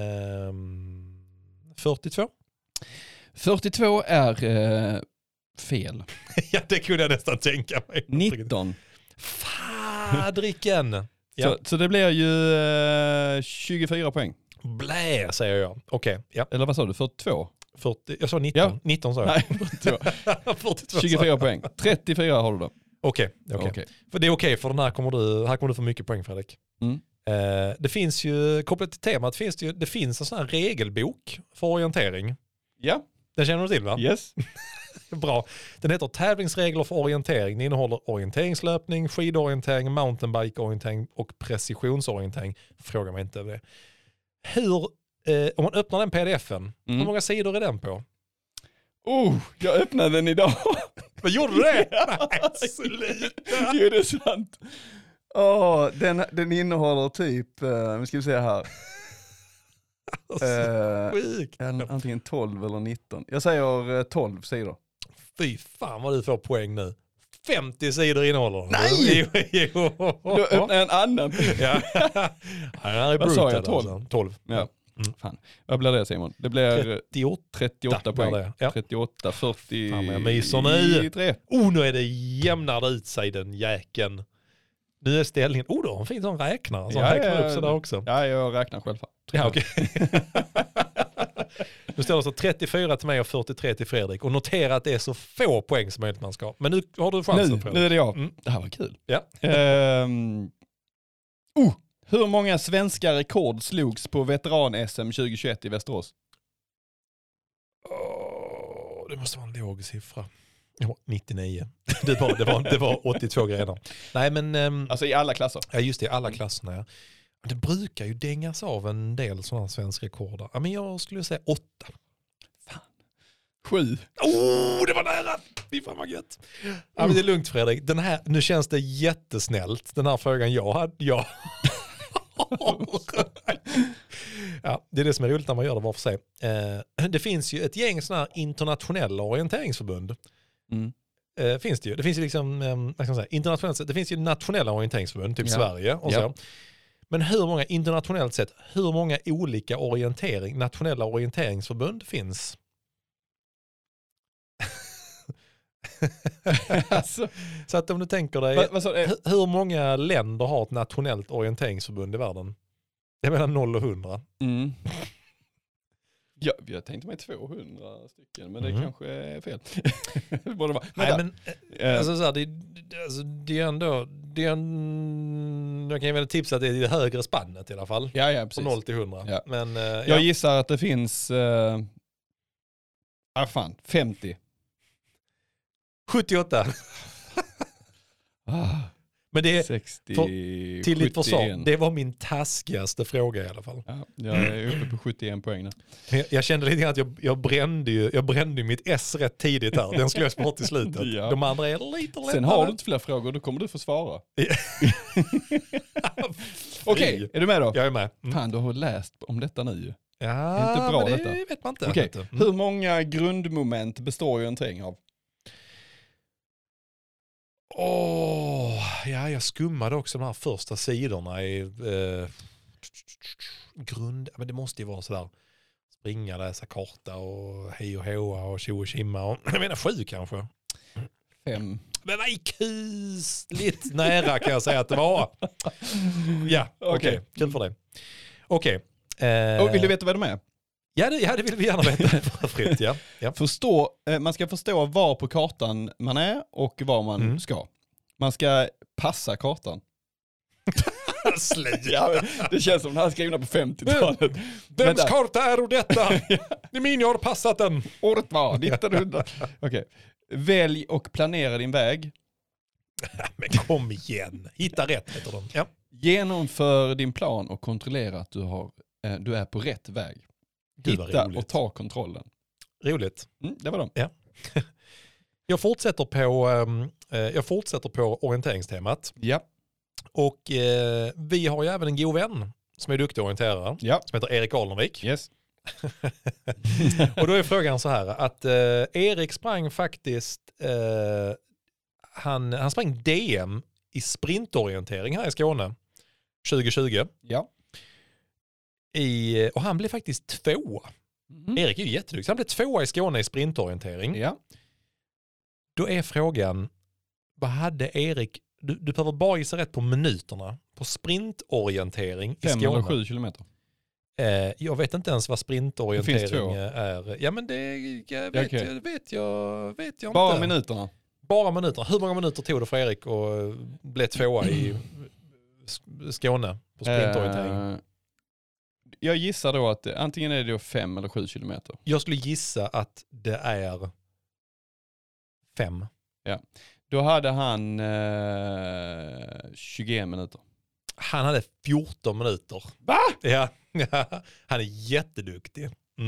42. 42 är fel. Ja, det kunde jag nästan tänka mig. 19. Fadriken. Ja. Så det blir ju 24 poäng. Blä, säger jag. Okej. Ja. Eller vad sa du? 42? 40, jag sa 19. Ja. 19 sa jag. Nej, 42. 24 poäng. 34 har du då. Okej. För det är okej, för den här kommer du få mycket poäng, Fredrik. Det finns ju, kopplat till temat, det finns en sån här regelbok för orientering. Ja. Den känner du till, va? Yes. Bra. Den heter Tävlingsregler för orientering. Den innehåller orienteringslöpning, skidorientering, mountainbike-orientering och precisionsorientering. Fråga mig inte över det. Om man öppnar den pdf-en, hur många sidor är den på? Jag öppnade den idag. Vad gjorde du det? Sluta. Jo, det är sant. Den innehåller typ, nu ska vi se här. Antingen 12 eller 19. Jag säger 12 sidor. Fy fan vad du får poäng nu. 50 sidor innehåller den. Nej! Då öppnar jag en annan. Ja. Vad sa jag? 12? 12. Ja. Fan. Vad blir det, Simon? Det blir 38 poäng. Det. Ja. 38, 40. Fan, jag myser nu. Nu är det jämnar ut sig den jäkeln. Nu är ställningen. Du har en fin sån räknare. Som räknar upp sådär också. Ja, jag räknar själv. Ja, okej. Nu står det så 34 till mig och 43 till Fredrik. Och notera att det är så få poäng som möjligt man ska. Men nu har du chansen. Nu är det jag. Det här var kul. Ja. Hur många svenska rekord slogs på veteran-SM 2021 i Västerås? Det måste vara en låg siffra. 99. Det var 82 grejer. Nej, men alltså i alla klasser. Ja, just det, i alla klasserna. Ja. Det brukar ju dängas av en del sådana svenska rekorder. Ja, men jag skulle säga 8. Fan. 7. Det var nära. Det fan vad gött. Ja, men det är lugnt, Fredrik. Nu känns det jättesnällt. Den här frågan jag hade. Ja, det är det som är roligt när man gör det var för sig. Det finns ju ett gäng sådana här internationella orienteringsförbund. Finns det ju. Det finns ju liksom, vad ska man säga, internationellt. Det finns ju nationella orienteringsförbund, typ Sverige och så. Men hur många olika nationella orienteringsförbund finns? Alltså, så att om du tänker dig, hur många länder har ett nationellt orienteringsförbund i världen? Jag menar 0 och 100. Ja, jag tänkte mig 200 stycken, men det kanske är fel. Det är ändå, jag kan väl tipsa att det är det högre spannet i alla fall. Ja, precis. Från 0 till 100. Ja. Men, jag gissar att det finns 50. 78. Men det är 60, till ditt försvar, det var min taskigaste fråga i alla fall. Ja, jag är uppe på 71 poäng nu. Jag kände lite grann att jag brände mitt S rätt tidigt här. Den skulle jag spara till slutet. Ja. De andra är lite lättare. Sen har du inte fler frågor, då kommer du få svara. Okej, är du med då? Jag är med. Fan, du har läst om detta nu ju. Ja, är inte bra men det detta? Vet man inte. Okej. Hur många grundmoment består ju en träning av? Jag skummade också de här första sidorna i men det måste ju vara sådär springa, läsa karta och hej och hoa och tjo och kimma. Och, jag menar 7 kanske. 5. Men vad är kusligt nära kan jag säga att det var. Ja, okej. Kul för det. Okej. Vill du veta vad de är? Ja, det vill vi gärna veta. Fritt, ja. Man ska förstå var på kartan man är och var man ska. Man ska passa kartan. Ja, det känns som den här skrivna på 50-talet. Vems karta är detta? Det är min, jag har passat den. Året var 1900. Okej. Välj och planera din väg. Men kom igen. Hitta rätt heter de. Ja. Genomför din plan och kontrollera att du är på rätt väg. Hitta och ta kontrollen. Roligt. Det var de. Ja. Jag fortsätter på orienteringstemat. Ja. Och vi har ju även en god vän som är duktig orienterare. Ja. Som heter Erik Alnervik. Yes. Och då är frågan så här att Erik sprang faktiskt han sprang DM i sprintorientering här i Skåne 2020. Ja. Och han blev faktiskt 2. Erik är ju jätteduktig. Han blev 2 i Skåne i sprintorientering. Ja. Då är frågan, vad hade Erik, du behöver bara gissa rätt på minuterna på sprintorientering i Skåne. 5 eller 7 kilometer. Jag vet inte ens vad sprintorientering är. Ja, men det vet jag inte. Bara minuterna. Bara minuterna. Hur många minuter tog det för Erik att bli 2 i Skåne på sprintorientering? Jag gissar då att antingen är det 5 eller 7 kilometer. Jag skulle gissa att det är 5. Ja. Då hade han 21 minuter. Han hade 14 minuter. Va? Ja. Han är jätteduktig.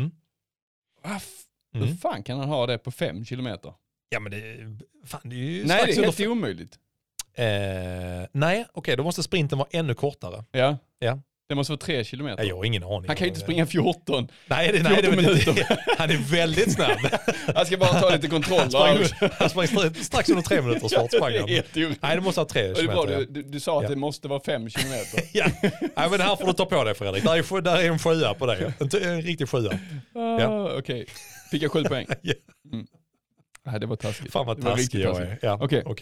Hur fan kan han ha det på 5 kilometer? Ja, men det är ju nej, det är helt omöjligt. Nej, okej, då måste sprinten vara ännu kortare. Ja. Ja. Det måste vara 3 kilometer. Jag har ingen aning. Han kan ju inte springa 14. Nej, 14 minuter. Han är väldigt snabb. Han ska bara ta lite kontroll. Han sprang strax under 3 minuter svart sprang han. Nej, det måste ha 3 kilometer. Du sa att det måste vara 5 kilometer. Ja. Nej, men det här får du ta på dig, Fredrik. Där är en 7 på dig. En riktig 7. Ja. Okej. Fick jag 7 poäng? Ja. Nej, det var taskigt. Fan vad taskig jag är. Ja.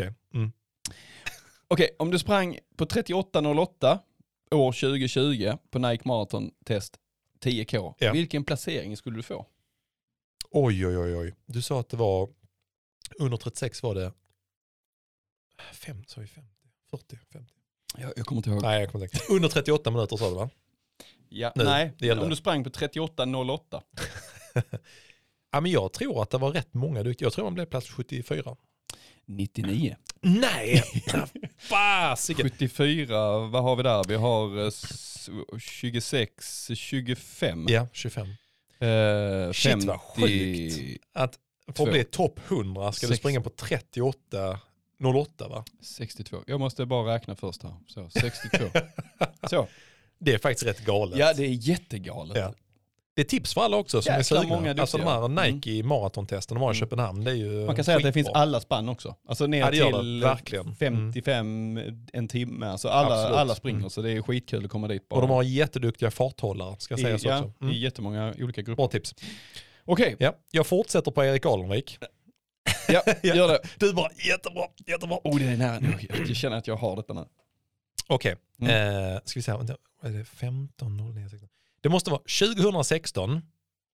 Okej, om du sprang på 38.08 år 2020 på Nike Marathon Test 10K, vilken placering skulle du få? Oj. Du sa att det var under 36 var det 50, 40, 50. Jag kommer inte ihåg. Nej, jag kommer inte ihåg. Under 38 minuter sa du, va? Ja, nu, nej, om du sprang på 38.08. Ja, men jag tror att det var rätt många duktiga. Jag tror man blev plats 74. 99. Nej! Fasiken. 74, vad har vi där? Vi har 26, 25. Ja, 25. Shit, vad sjukt. Att för att bli topp 100 ska du springa på 38.08, va? 62. Jag måste bara räkna först här. Så, 62. Så. Det är faktiskt rätt galet. Ja, det är jättegalet. Ja. Det är tips för alla också som är sugna. Alltså de här Nike maratontesten, de har i Köpenhamn, det är ju man kan säga att det finns alla spann också. Alltså ner till verkligen. 55 en timme. Alltså alla springer, så det är skitkul att komma dit. Bara. Och de har jätteduktiga farthållare, ska sägas också. I jättemånga olika grupper. Bra tips. Okej. Ja, jag fortsätter på Erik Alnervik. Ja, gör det. Du bara, jättebra. Det är nära nu. Jag känner att jag har detta nu. Okej. Ska vi säga, vad är det? 15.09. Det måste vara 2016.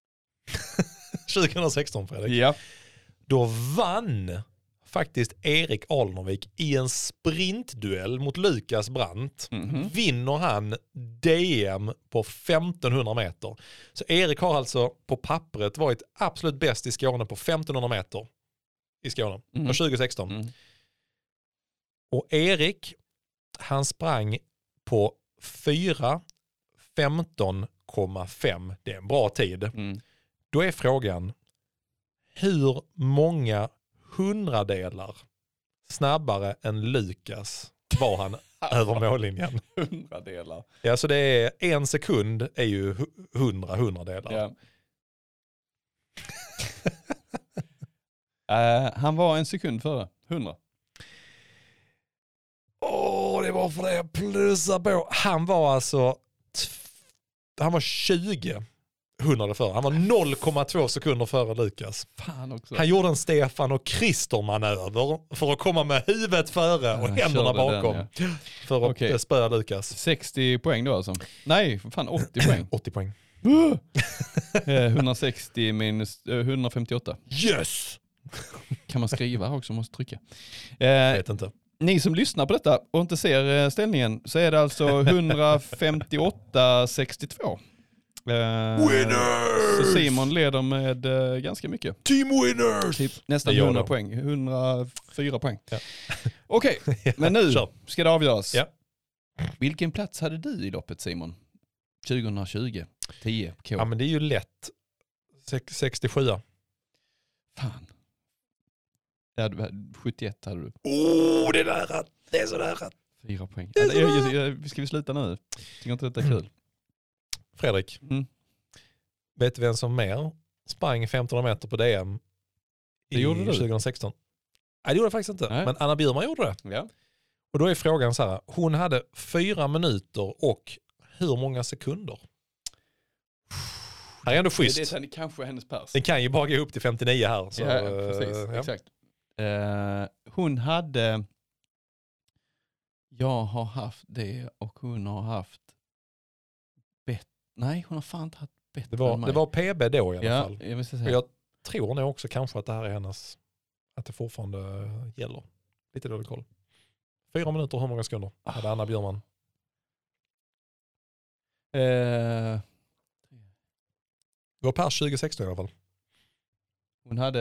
2016, Fredrik. Ja. Då vann faktiskt Erik Alnervik i en sprintduell mot Lukas Brandt. Vinner han DM på 1500 meter. Så Erik har alltså på pappret varit absolut bäst i Skåne på 1500 meter i Skåne. 2016. Och Erik, han sprang på 4:15,5. Det är en bra tid. Då är frågan, hur många hundradelar snabbare än Lukas var han över mållinjen? Hundradelar. Ja, så det är 1 sekund är ju 100 hundradelar. Ja. Han var 1 sekund före 100. Det var för det jag plussade på. Han var alltså han var 20 100 före. Han var 0,2 sekunder före Lukas. Fan också. Han gjorde en Stefan och Christer-manöver för att komma med huvudet före och händerna bakom. För att spöa Lukas. 60 poäng då alltså? Nej, fan 80 poäng. 80 poäng. 160 minus 158. Yes! Kan man skriva också, måste trycka. Vet inte. Ni som lyssnar på detta och inte ser ställningen, så är det alltså 158-62. Winners! Så Simon leder med ganska mycket. Team winners! Typ nästan 100 poäng. 104 poäng. Ja. Okej, men nu ska det avgöras. Ja. Vilken plats hade du i loppet, Simon? 2020. 10 K. Ja, men det är ju lätt. 67. Fan. 71 hade du. Det är nära. Det är så nära. 4 poäng. Ska vi sluta nu? Tycker inte detta är kul. Fredrik. Vet du vem som mer sprang 1500 meter på DM i 2016? Nej, det gjorde jag faktiskt inte. Nej. Men Anna Bjurman gjorde det. Ja. Och då är frågan så här. Hon hade 4 minuter och hur många sekunder? Här är ändå schysst. Det är kanske hennes pers. Den kan ju bara gå upp till 59 här. Så, ja, precis. Exakt. Hon hade... Jag har haft det och hon har haft... Nej, hon har fan inte haft bättre än mig. Det var PB då i alla fall. Jag, säga. Jag tror nog också kanske att det här är hennes... Att det fortfarande gäller. Lite dålig koll. 4 minuter och hur många sekunder hade Anna Bjurman? Det var pers 2016 i alla fall. Hon hade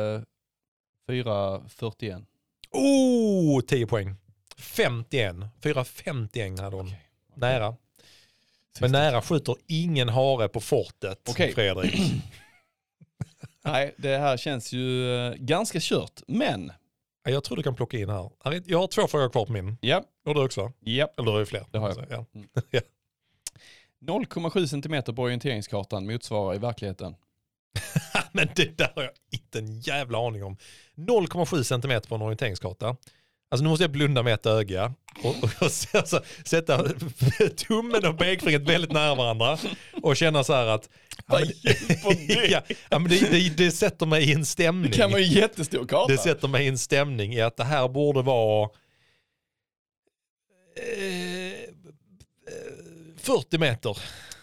4:41. 10 poäng. 51. 4:51 hade hon. Okay. Nära. Men nära skjuter ingen hare på fortet, Fredrik. Nej, det här känns ju ganska kört, men... Jag tror du kan plocka in här. Jag har 2 frågor kvar på min. Ja. Och du också? Ja. Eller du har ju fler. Det har jag. Ja. 0,7 centimeter på orienteringskartan motsvarar i verkligheten. Men det där har jag inte en jävla aning om. 0,7 centimeter på en orienteringskarta. Alltså nu måste jag blunda med ett öga och sätta tummen och pekfingret väldigt nära varandra och känna så här att det sätter mig i en stämning. Det kan vara en jättestor karta. Det sätter mig i en stämning i att det här borde vara 40 meter.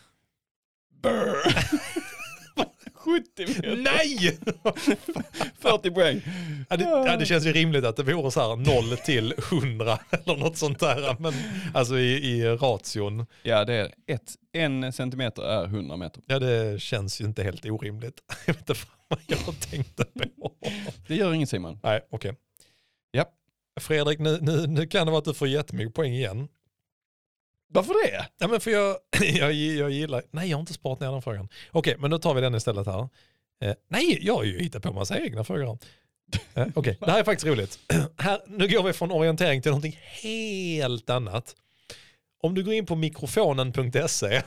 70 meter. Nej! 40 poäng. Ja, det känns ju rimligt att det vore så här 0 till 100 eller något sånt där. Men alltså i ration. Ja, det är 1 centimeter är 100 meter. Ja, det känns ju inte helt orimligt. Jag vet inte vad jag tänkte på. Det gör ingen, Simon. Nej, okej. Ja. Fredrik, nu kan det vara att du får jättemycket poäng igen. Varför det? Ja, men för jag gillar... Nej, jag har inte sparat ner den frågan. Okej, men då tar vi den istället här. Nej, jag har ju hittat på en massa egna frågor. Okej, det här är faktiskt roligt. Nu går vi från orientering till någonting helt annat. Om du går in på mikrofonen.se.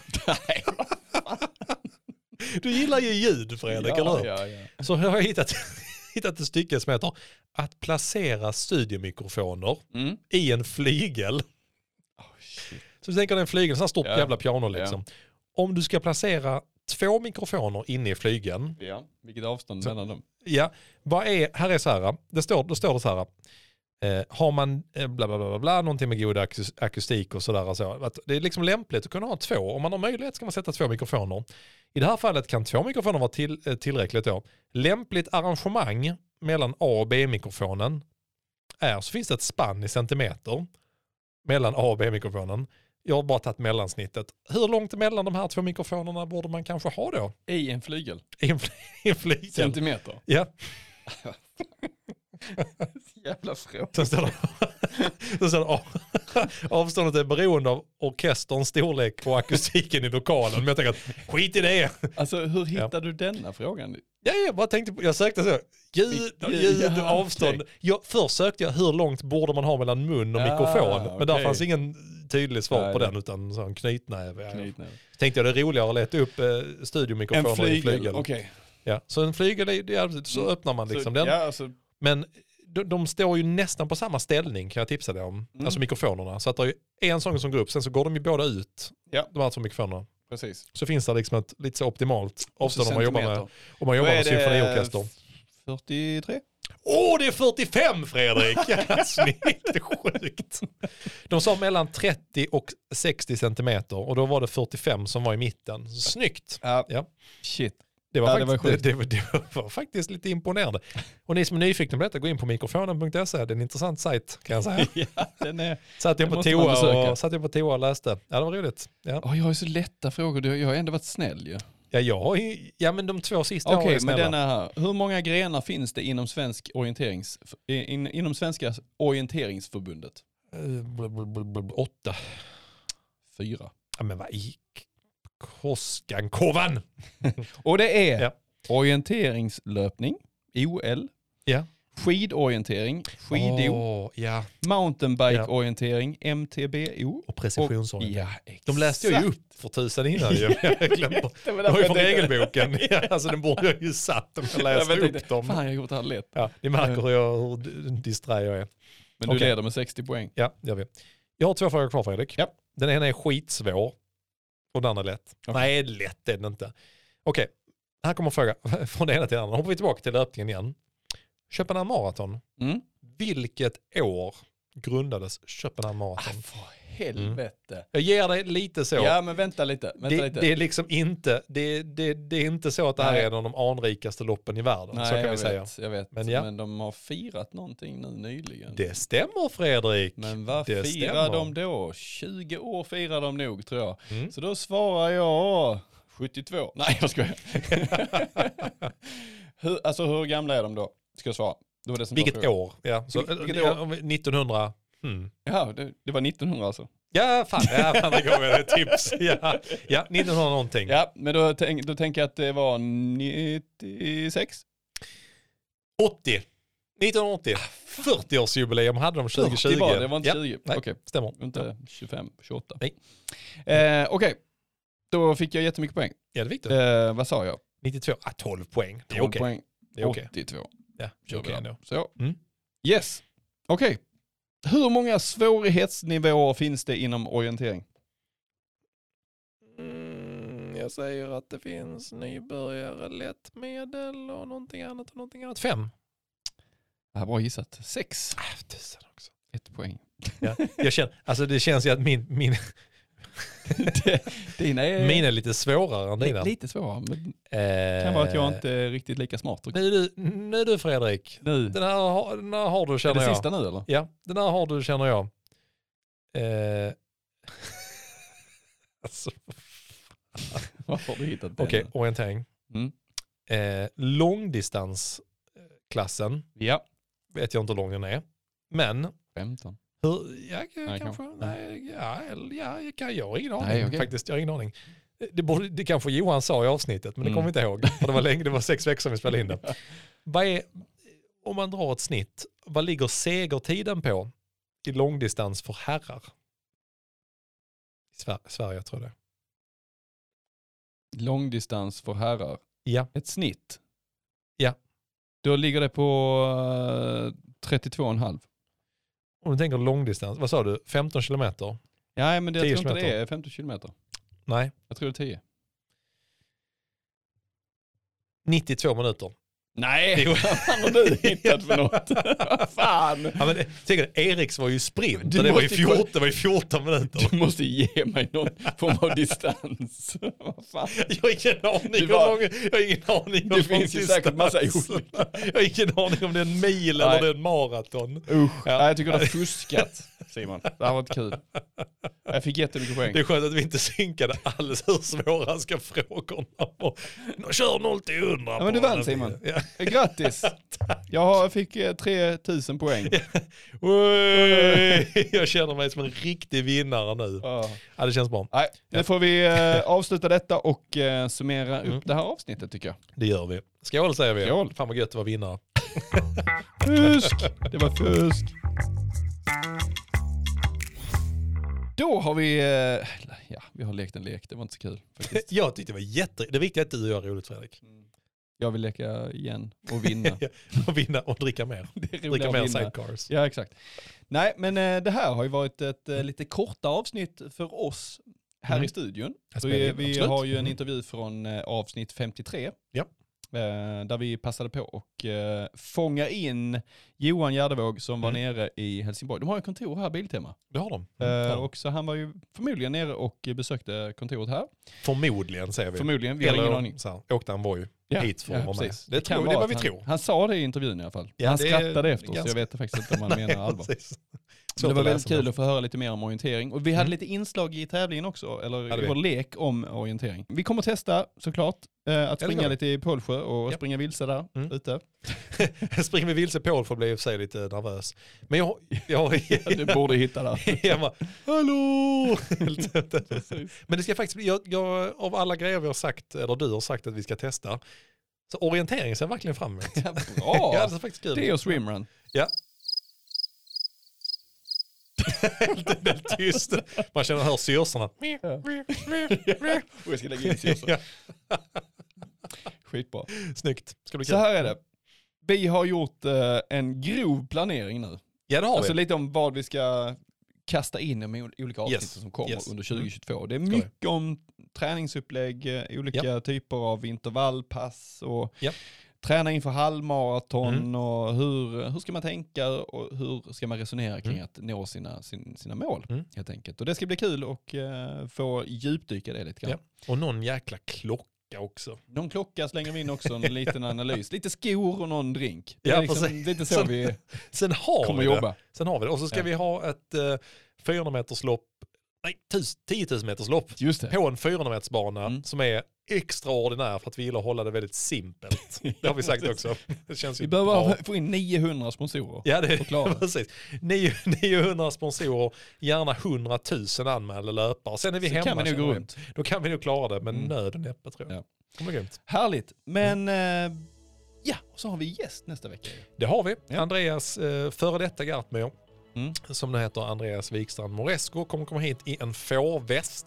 Du gillar ju ljud, Fredrik, eller hur? Ja. Så har jag hittat ett stycke som heter att placera studiomikrofoner i en flygel. Så du tänker en flygel, så här stort jävla piano liksom. Ja. Om du ska placera 2 mikrofoner inne i flygeln. Ja, vilket avstånd mellan dem? Ja, här är så här, då står det så här. Har man bla bla bla bla, någonting med god akustik och sådär. Så, att det är liksom lämpligt att kunna ha 2. Om man har möjlighet ska man sätta 2 mikrofoner. I det här fallet kan 2 mikrofoner vara tillräckligt då. Lämpligt arrangemang mellan A och B-mikrofonen så finns det ett spann i centimeter mellan A och B-mikrofonen. Jag har bara tagit mellansnittet. Hur långt mellan de här 2 mikrofonerna borde man kanske ha då? I en flygel. I en flygel. Centimeter. Ja. Jävla fråga. Så står det avståndet är beroende av orkesterns storlek och akustiken i lokalen. Men jag tänker att skit i det. Alltså hur hittade du denna frågan? Jag bara tänkte på, jag sökte så. Ljud, avstånd. Okay. Först sökte jag hur långt borde man ha mellan mun och mikrofon. Men där fanns ingen tydlig svar på den utan så en knytnäve. Tänkte jag det är roligare att leta upp studiomikrofoner i flygel. Okay. Ja, så en flygel, så öppnar man liksom den. Ja, alltså. Men de står ju nästan på samma ställning kan jag tipsa dig om. Alltså mikrofonerna. Så att det är en sång som går upp, sen så går de ju båda ut. Ja. De här 2 mikrofonerna. Precis. Så finns det liksom ett lite så optimalt avstånd om man jobbar med symfoniorkester. 43? Det är 45 Fredrik! Snyggt, sjukt. De sa mellan 30 och 60 centimeter och då var det 45 som var i mitten. Snyggt! Ja. Shit. Det var faktiskt lite imponerande. Och ni som är nyfikna på detta, gå in på mikrofonen.se. Det är en intressant sajt kan jag säga. Ja, den är... Satt jag på toa och läste. Ja, det var roligt. Ja. Jag har ju så lätta frågor. Jag har ändå varit snäll ju. Ja, men de 2 sista Okej, men den här. Hur många grenar finns det inom inom Svenska orienteringsförbundet? 8. 4. Ja, men vad i Koskankovan? Och det är orienteringslöpning, OL. Ja. Skidorientering, skido. Mountainbike-orientering, MTBO. Och precisionsorientering. Ja, exakt. De läste jag ju upp för 1000 innan. Jag glömde. Det var ju från regelboken. Alltså den borde jag ju satt om jag läste upp dem. Fan, jag har gjort det här lätt. Ja, ni märker hur disträ jag är. Men du leder med 60 poäng. Ja, jag vet. Jag har 2 frågor kvar, Fredrik. Ja. Den ena är skitsvår. Och den andra är lätt. Okay. Nej, lätt är den inte. Okej, här kommer en fråga från det ena till det andra. Hoppar vi tillbaka till löpningen igen. Köpenhamn Marathon. Vilket år grundades Köpenhamn Marathon? För helvete. Jag ger dig lite så. Ja, men vänta lite. Det är liksom inte, det är inte så att det här är en av de anrikaste loppen i världen. Nej, så kan vi säga. Jag vet. Men de har firat någonting nu nyligen. Det stämmer, Fredrik. Men vad firar de då? 20 år firar de nog, tror jag. Så då svarar jag 72. Nej, jag skojar. Hur gamla är de då? Ska jag svara? Det var det som vilket år? Ja, så, vilket år? 1900. Ja, det var 1900 alltså. Ja, fan. Det går med tips. Ja, 1900 någonting. Ja, men då tänker jag att det var 96. 80. 1980. 40-årsjubileum hade de 2020. Det var inte 20. Nej, okej. Stämmer. Inte 25, 28. Nej. Okej. Då fick jag jättemycket poäng. Ja, det är viktigt. Vad sa jag? 92. 12 poäng. Det är 12 poäng. Det är 82. Ja, kör vi ändå. Så. Yes. Okej. Hur många svårighetsnivåer finns det inom orientering? Jag säger att det finns nybörjare, lätt, medel och någonting annat. 5. Ja, bra gissat. 6. Tusen också. 1 poäng. Ja, jag känner, alltså det känns ju att min Dina är... Mina är lite svårare än dina. Lite svårare, men kan vara att jag inte är riktigt lika smart. Nu du Fredrik. Nu. Den här har du, känner jag. Är det sista nu eller? Ja, den här har du, känner jag. Alltså. Varför har du hittat den? Okej, orientering. Långdistansklassen. Ja. Vet jag inte hur lång den är. Men 15. Kanske. Jag har ingen aning. Okay. Faktiskt, jag har ingen aning. Det kanske Johan sa i avsnittet, men det kommer inte ihåg. För det var länge, det var 6 veckor som vi spelade in det. Vad är, om man drar ett snitt, vad ligger segertiden på i långdistans för herrar? I Sverige tror jag det. Långdistans för herrar? Ja. Ett snitt? Ja. Då ligger det på 32,5. Om du tänker långdistans, vad sa du? 15 kilometer? Ja, men jag tror inte det är 15 kilometer. Nej. Jag tror det är 10. 92 minuter. Nej, vad har du hittat för något? Vad fan? Ja, men Eriks var ju sprint och det var ju 14 minuter. Du måste ge mig någon form av distans. Vad fan? Jag har ingen aning. Det finns ju säkert massa olika. Jag har ingen aning om det är en mil eller det är en maraton. Usch. Ja. Jag tycker du har fuskat, Simon. Det här var inte kul. Jag fick jättemycket poäng. Det är skönt att vi inte synkade alldeles hur svåra ska frågorna vara. Kör 0-100. Ja, men du vann, Simon. Ja. Grattis. Jag fick 3000 poäng. Jag känner mig som en riktig vinnare nu. Ja, det känns bra. Nej, nu får vi avsluta detta och summera upp det här avsnittet, tycker jag. Det gör vi. Skål säger vi. Skål. Fan vad gött att vara vinnare. Fusk. Det var fusk. Då har vi, vi har lekt en lek. Det var inte så kul faktiskt. Jag tyckte det var det viktiga är att du gör roligt, Fredrik. Jag vill leka igen och vinna. Och vinna och dricka mer. Dricka mer sidecars. Ja, exakt. Nej, men det här har ju varit ett lite korta avsnitt för oss. här i studion. Vi har ju en intervju från avsnitt 53. Ja. Där vi passade på och fånga in Johan Gärdevåg som var nere i Helsingborg. De har ju kontor här, Biltema. Det har de. Och så han var ju förmodligen nere och besökte kontoret här. Förmodligen, säger vi. Förmodligen, vi har ingen aning. Åkte han Voi hit för att vara med. Det kan det vara vad vi tror. Han sa det i intervjun i alla fall. Han skrattade efter, så jag vet faktiskt inte om han menar allvar. Men det var väldigt kul att få höra lite mer om orientering. Och vi hade lite inslag i tävlingen också, eller i vår lek om orientering. Vi kommer testa såklart att springa lite i Pålsjö och springa vilse där ute. Springer vi vilse Pålsjö blir jag för sig lite nervös. Men jag du borde hitta där. Jag bara, hallå! Men det ska faktiskt bli, jag, av alla grejer vi har sagt, eller du har sagt att vi ska testa, så orientering ser jag verkligen fram emot. Bra! Ja, det är faktiskt kul. Det är swimrun. Ja. Det är tyst. Man känner hör syrsorna. Jag ska lägga in syrsor. Skitbra. Snyggt. Ska bli kul. Så här är det. Vi har gjort en grov planering nu. Ja, det har alltså vi. Lite om vad vi ska kasta in i olika avsnitt som kommer under 2022. Det är mycket om träningsupplägg, olika typer av intervallpass och träna inför halvmaraton och hur ska man tänka och hur ska man resonera kring att nå sina mål helt enkelt. Och det ska bli kul och få djupdyka det lite grann. Ja. Och någon jäkla klocka också. Någon klocka slänger vi in också, en liten analys. Lite skor och någon drink. Det Ja, är liksom lite så vi kommer jobba. Sen har vi det. Och så ska vi ha ett 400 meterslopp, nej 10 000 meterslopp på en 400 metersbana som är extraordinär för att vi gillar att hålla det väldigt simpelt. Det har vi sagt också. Det känns ju vi behöver få in 900 sponsorer. Ja, det är precis. 900 sponsorer, gärna 100 000 anmälda löpare. Sen är vi hemma. Kan vi nog gå runt. Då kan vi nog klara det, men nöd och näppe tror jag. Ja. Det kommer grymt. Härligt. Men och så har vi gäst nästa vecka. Det har vi. Ja. Andreas före detta Gartmyr. Som det heter, Andreas Wikstrand Moresco, kommer komma hit i en fårväst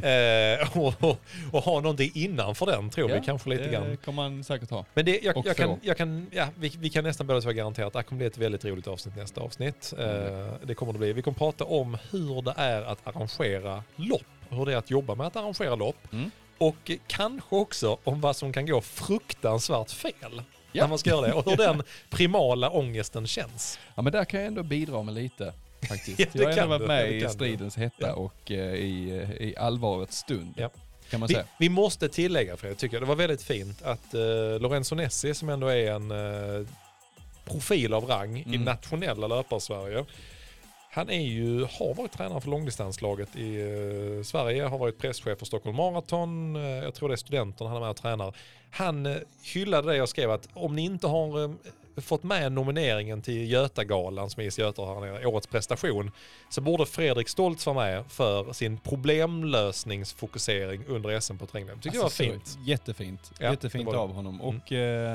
och ha någonting innanför den, tror vi kanske lite grann. Det kommer man säkert ha. Men det, vi kan nästan båda garantera att det kommer bli ett väldigt roligt avsnitt nästa avsnitt. Det kommer det bli. Vi kommer prata om hur det är att arrangera lopp, hur det är att jobba med att arrangera lopp och kanske också om vad som kan gå fruktansvärt fel. När man ska göra det. Och hur den primala ångesten känns. Ja, men där kan jag ändå bidra med lite faktiskt. Jag har ändå varit med i stridens hetta och i allvarets stund. Ja. Kan man säga. Vi måste tillägga, för jag tycker det var väldigt fint att Lorenzo Nessi, som ändå är en profil av rang i nationella löpar-Sverige, han har varit tränare för långdistanslaget i Sverige, har varit presschef för Stockholm Marathon, jag tror det är studenterna han är med och tränar. Han hyllade det jag skrev, att om ni inte har fått med nomineringen till Götagalan som är Göta har årets prestation, så borde Fredrik Stoltz vara med för sin problemlösningsfokusering under SM på terrängen. Tycker jag var fint. Jättefint. Jättefint av honom. Och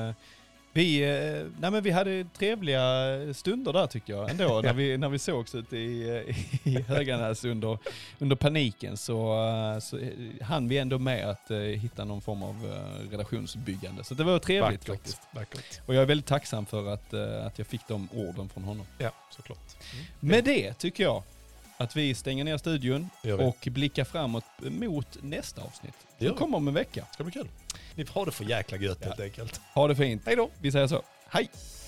vi hade trevliga stunder där tycker jag ändå. När vi sågs ute i Höganäs under paniken så hann vi ändå med att hitta någon form av relationsbyggande. Så det var trevligt faktiskt. Och jag är väldigt tacksam för att jag fick de orden från honom. Ja, såklart. Med det tycker jag att vi stänger ner studion och blickar framåt mot nästa avsnitt. Det kommer om en vecka. Ska bli kul. Ni får ha det för jäkla gött helt enkelt. Ha det fint. Hej då. Vi säger så. Hej!